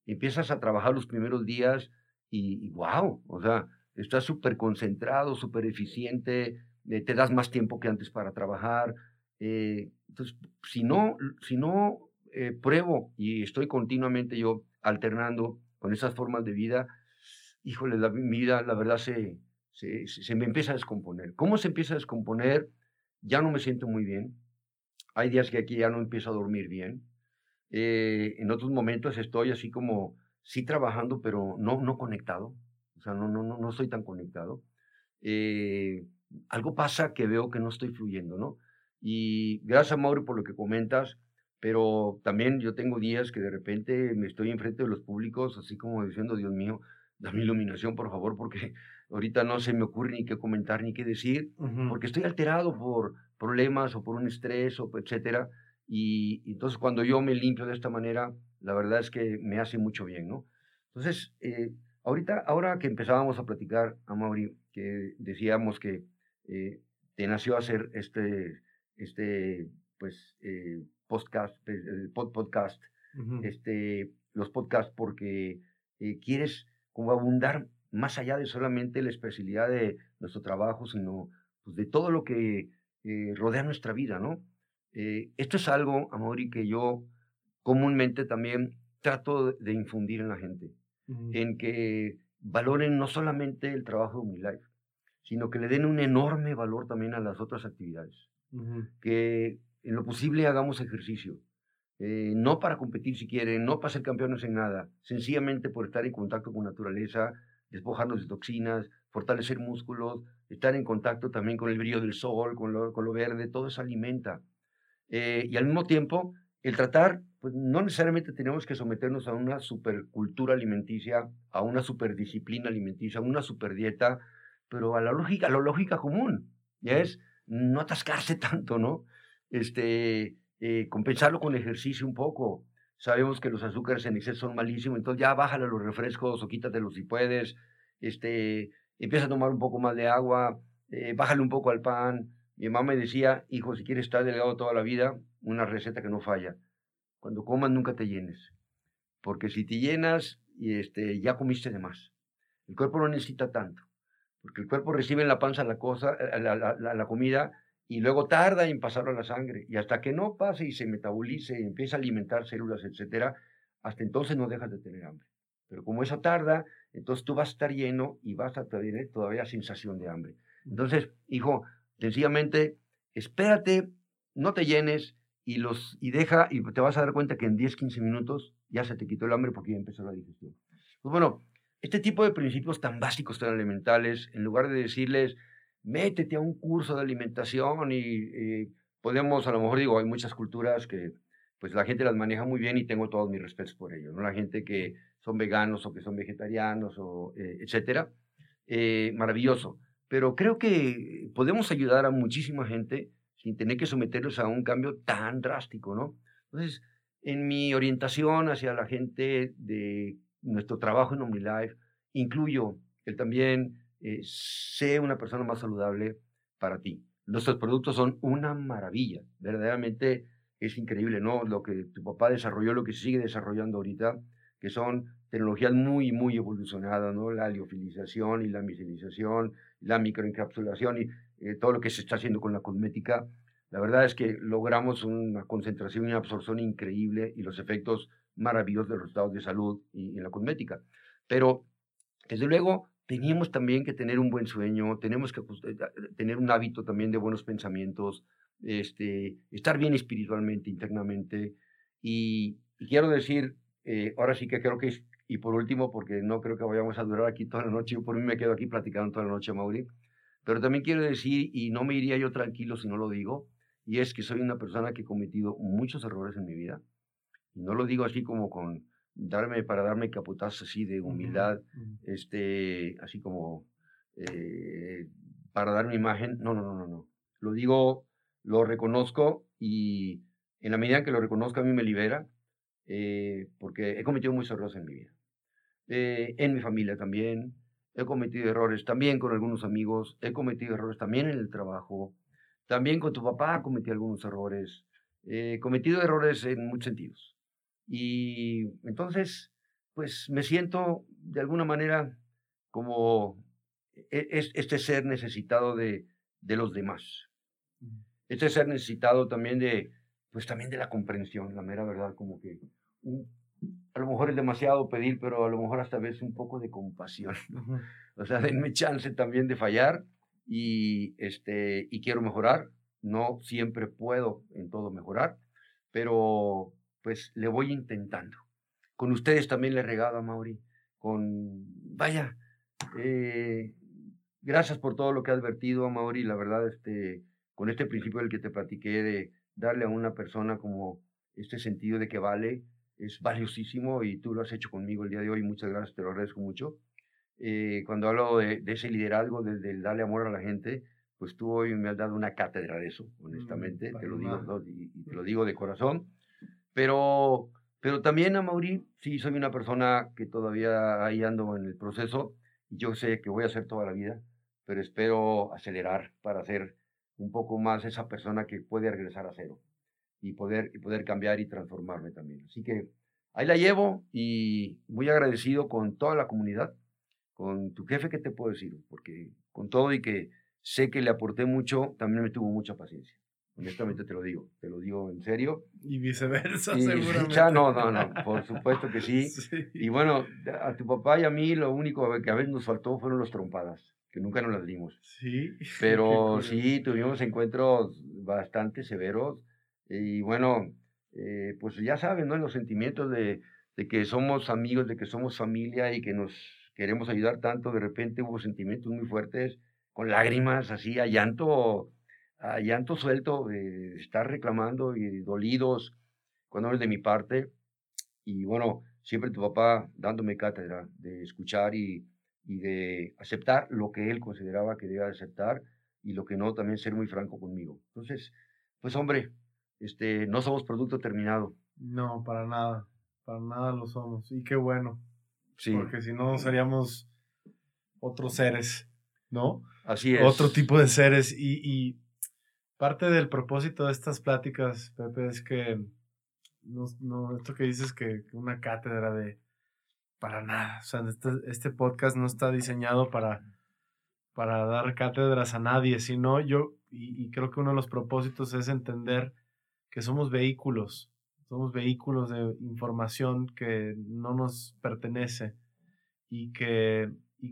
[SPEAKER 2] empiezas a trabajar los primeros días y wow, o sea, estás súper concentrado, súper eficiente, te das más tiempo que antes para trabajar. Entonces, si no pruebo y estoy continuamente yo alternando con esas formas de vida, híjole, mi vida, la verdad, se me empieza a descomponer. ¿Cómo se empieza a descomponer? Ya no me siento muy bien. Hay días que aquí ya no empiezo a dormir bien. En otros momentos estoy así como, sí trabajando, pero no conectado. O sea, no estoy tan conectado. Eh, Algo pasa que veo que no estoy fluyendo, ¿no? Y gracias, Mauro, por lo que comentas, pero también yo tengo días que de repente me estoy enfrente de los públicos, así como diciendo, Dios mío, dame iluminación, por favor, porque ahorita no se me ocurre ni qué comentar ni qué decir, porque estoy alterado por problemas o por un estrés o etcétera. Y entonces cuando yo me limpio de esta manera, la verdad es que me hace mucho bien, ¿no? Entonces, ahora que empezábamos a platicar, Amaury, que decíamos que te nació hacer pues, podcast, podcast, los podcasts, porque quieres como abundar más allá de solamente la especialidad de nuestro trabajo, sino pues, de todo lo que rodea nuestra vida, ¿no? Esto es algo, Amaury, que yo comúnmente también trato de infundir en la gente, en que valoren no solamente el trabajo de OmniLife, sino que le den un enorme valor también a las otras actividades. Que en lo posible hagamos ejercicio, no para competir si quieren, no para ser campeones en nada, sencillamente por estar en contacto con naturaleza, despojarnos de toxinas, fortalecer músculos, estar en contacto también con el brillo del sol, con lo verde, todo eso alimenta. Y al mismo tiempo, el tratar, pues no necesariamente tenemos que someternos a una supercultura alimenticia, a una superdisciplina alimenticia, a una superdieta, pero a la lógica común, ya es no atascarse tanto, ¿no? Compensarlo con ejercicio un poco. Sabemos que los azúcares en exceso son malísimos, entonces ya bájale los refrescos o quítatelos si puedes, empieza a tomar un poco más de agua, bájale un poco al pan. Mi mamá me decía, hijo, si quieres estar delgado toda la vida, una receta que no falla. Cuando comas nunca te llenes, porque si te llenas, ya comiste de más. El cuerpo no necesita tanto, porque el cuerpo recibe en la panza la comida y luego tarda en pasarlo a la sangre. Y hasta que no pase y se metabolice y empieza a alimentar células, etcétera, hasta entonces no dejas de tener hambre. Pero como eso tarda, entonces tú vas a estar lleno y vas a tener todavía sensación de hambre. Entonces, hijo, sencillamente, espérate, no te llenes y deja, y te vas a dar cuenta que en 10, 15 minutos ya se te quitó el hambre porque ya empezó la digestión. Pues bueno, este tipo de principios tan básicos, tan elementales, en lugar de decirles, métete a un curso de alimentación y podemos, a lo mejor digo, hay muchas culturas que pues la gente las maneja muy bien y tengo todos mis respetos por ello, ¿no? La gente que son veganos o que son vegetarianos o etcétera, maravilloso. Pero creo que podemos ayudar a muchísima gente sin tener que someterlos a un cambio tan drástico, ¿no? Entonces, en mi orientación hacia la gente de nuestro trabajo en OmniLife, incluyo el también sé una persona más saludable para ti. Nuestros productos son una maravilla, verdaderamente es increíble, ¿no? Lo que tu papá desarrolló, lo que sigue desarrollando ahorita, que son tecnologías muy evolucionadas, ¿no? La liofilización y la micelización, la microencapsulación y todo lo que se está haciendo con la cosmética. La verdad es que logramos una concentración y absorción increíble y los efectos maravillosos de los estados de salud y en la cosmética. Pero, desde luego, teníamos también que tener un buen sueño, tenemos que tener un hábito también de buenos pensamientos, estar bien espiritualmente, internamente. Y quiero decir, ahora sí que creo que es, y por último, porque no creo que vayamos a durar aquí toda la noche, yo por mí me quedo aquí platicando toda la noche, Mauri, pero también quiero decir, y no me iría yo tranquilo si no lo digo, y es que soy una persona que he cometido muchos errores en mi vida, y no lo digo así como para darme capotazos así de humildad, así como para dar mi imagen, no, lo digo, lo reconozco y en la medida en que lo reconozco a mí me libera, porque he cometido muchos errores en mi vida, en mi familia también, he cometido errores también con algunos amigos, he cometido errores también en el trabajo, también con tu papá cometí algunos errores, he cometido errores en muchos sentidos. Y entonces, pues me siento de alguna manera como este ser necesitado de los demás. Este ser necesitado también pues también de la comprensión, la mera verdad, como que a lo mejor es demasiado pedir, pero a lo mejor hasta vez un poco de compasión, ¿no? O sea, denme chance también de fallar y quiero mejorar. No siempre puedo en todo mejorar, pero pues le voy intentando. Con ustedes también le he regado a Mauri. Vaya, gracias por todo lo que has advertido, Mauri. La verdad, con este principio del que te platiqué de darle a una persona como este sentido de que vale, es valiosísimo y tú lo has hecho conmigo el día de hoy. Muchas gracias, te lo agradezco mucho. Cuando hablo de ese liderazgo, del darle amor a la gente, pues tú hoy me has dado una cátedra de eso, honestamente, te lo digo, ¿no? Y te lo digo de corazón. Pero también, Amaury, sí soy una persona que todavía ahí ando en el proceso y yo sé que voy a hacer toda la vida, pero espero acelerar para ser un poco más esa persona que puede regresar a cero y poder cambiar y transformarme también. Así que ahí la llevo y muy agradecido con toda la comunidad, con tu jefe, ¿qué te puedo decir? Porque con todo y que sé que le aporté mucho, también me tuvo mucha paciencia. Honestamente te lo digo en serio.
[SPEAKER 3] Y viceversa,
[SPEAKER 2] Y
[SPEAKER 3] seguramente.
[SPEAKER 2] no, por supuesto que sí.
[SPEAKER 3] Sí.
[SPEAKER 2] Y bueno, a tu papá y a mí lo único que a veces nos faltó fueron las trompadas, que nunca nos las dimos.
[SPEAKER 3] Sí.
[SPEAKER 2] Pero sí, tuvimos encuentros bastante severos. Y bueno, pues ya saben, ¿no? Los sentimientos de que somos amigos, de que somos familia y que nos queremos ayudar tanto, de repente hubo sentimientos muy fuertes, con lágrimas así, a llanto suelto, de estar reclamando y dolidos cuando es de mi parte. Y bueno, siempre tu papá dándome cátedra de escuchar y de aceptar lo que él consideraba que debía aceptar y lo que no, también ser muy franco conmigo. Entonces, pues hombre, no somos producto terminado.
[SPEAKER 3] No, para nada lo somos. Y qué bueno.
[SPEAKER 2] Sí.
[SPEAKER 3] Porque si no seríamos otros seres, ¿no?
[SPEAKER 2] Así es.
[SPEAKER 3] Otro tipo de seres. Y parte del propósito de estas pláticas, Pepe, es que no esto que dices que una cátedra de para nada. O sea, este podcast no está diseñado para dar cátedras a nadie, sino y creo que uno de los propósitos es entender que somos vehículos de información que no nos pertenece y que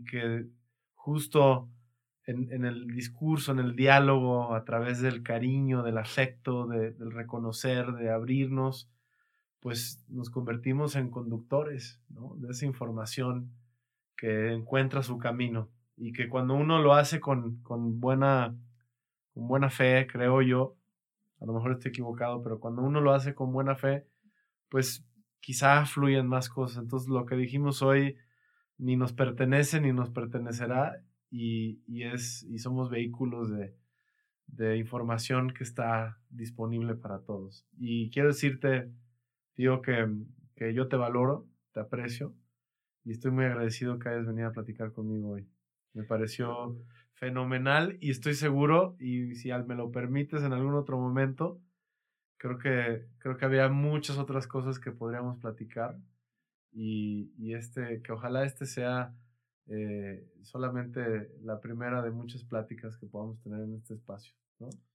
[SPEAKER 3] justo en el discurso, en el diálogo, a través del cariño, del afecto, del reconocer, de abrirnos, pues nos convertimos en conductores, ¿no? De esa información que encuentra su camino y que cuando uno lo hace con buena fe, creo yo, a lo mejor estoy equivocado, pero cuando uno lo hace con buena fe, pues quizá fluyen más cosas. Entonces lo que dijimos hoy ni nos pertenece ni nos pertenecerá y somos vehículos de información que está disponible para todos. Y quiero decirte, tío, que yo te valoro, te aprecio y estoy muy agradecido que hayas venido a platicar conmigo hoy. Me pareció fenomenal y estoy seguro, y si me lo permites en algún otro momento, creo que había muchas otras cosas que podríamos platicar y que ojalá sea solamente la primera de muchas pláticas que podamos tener en este espacio, ¿no?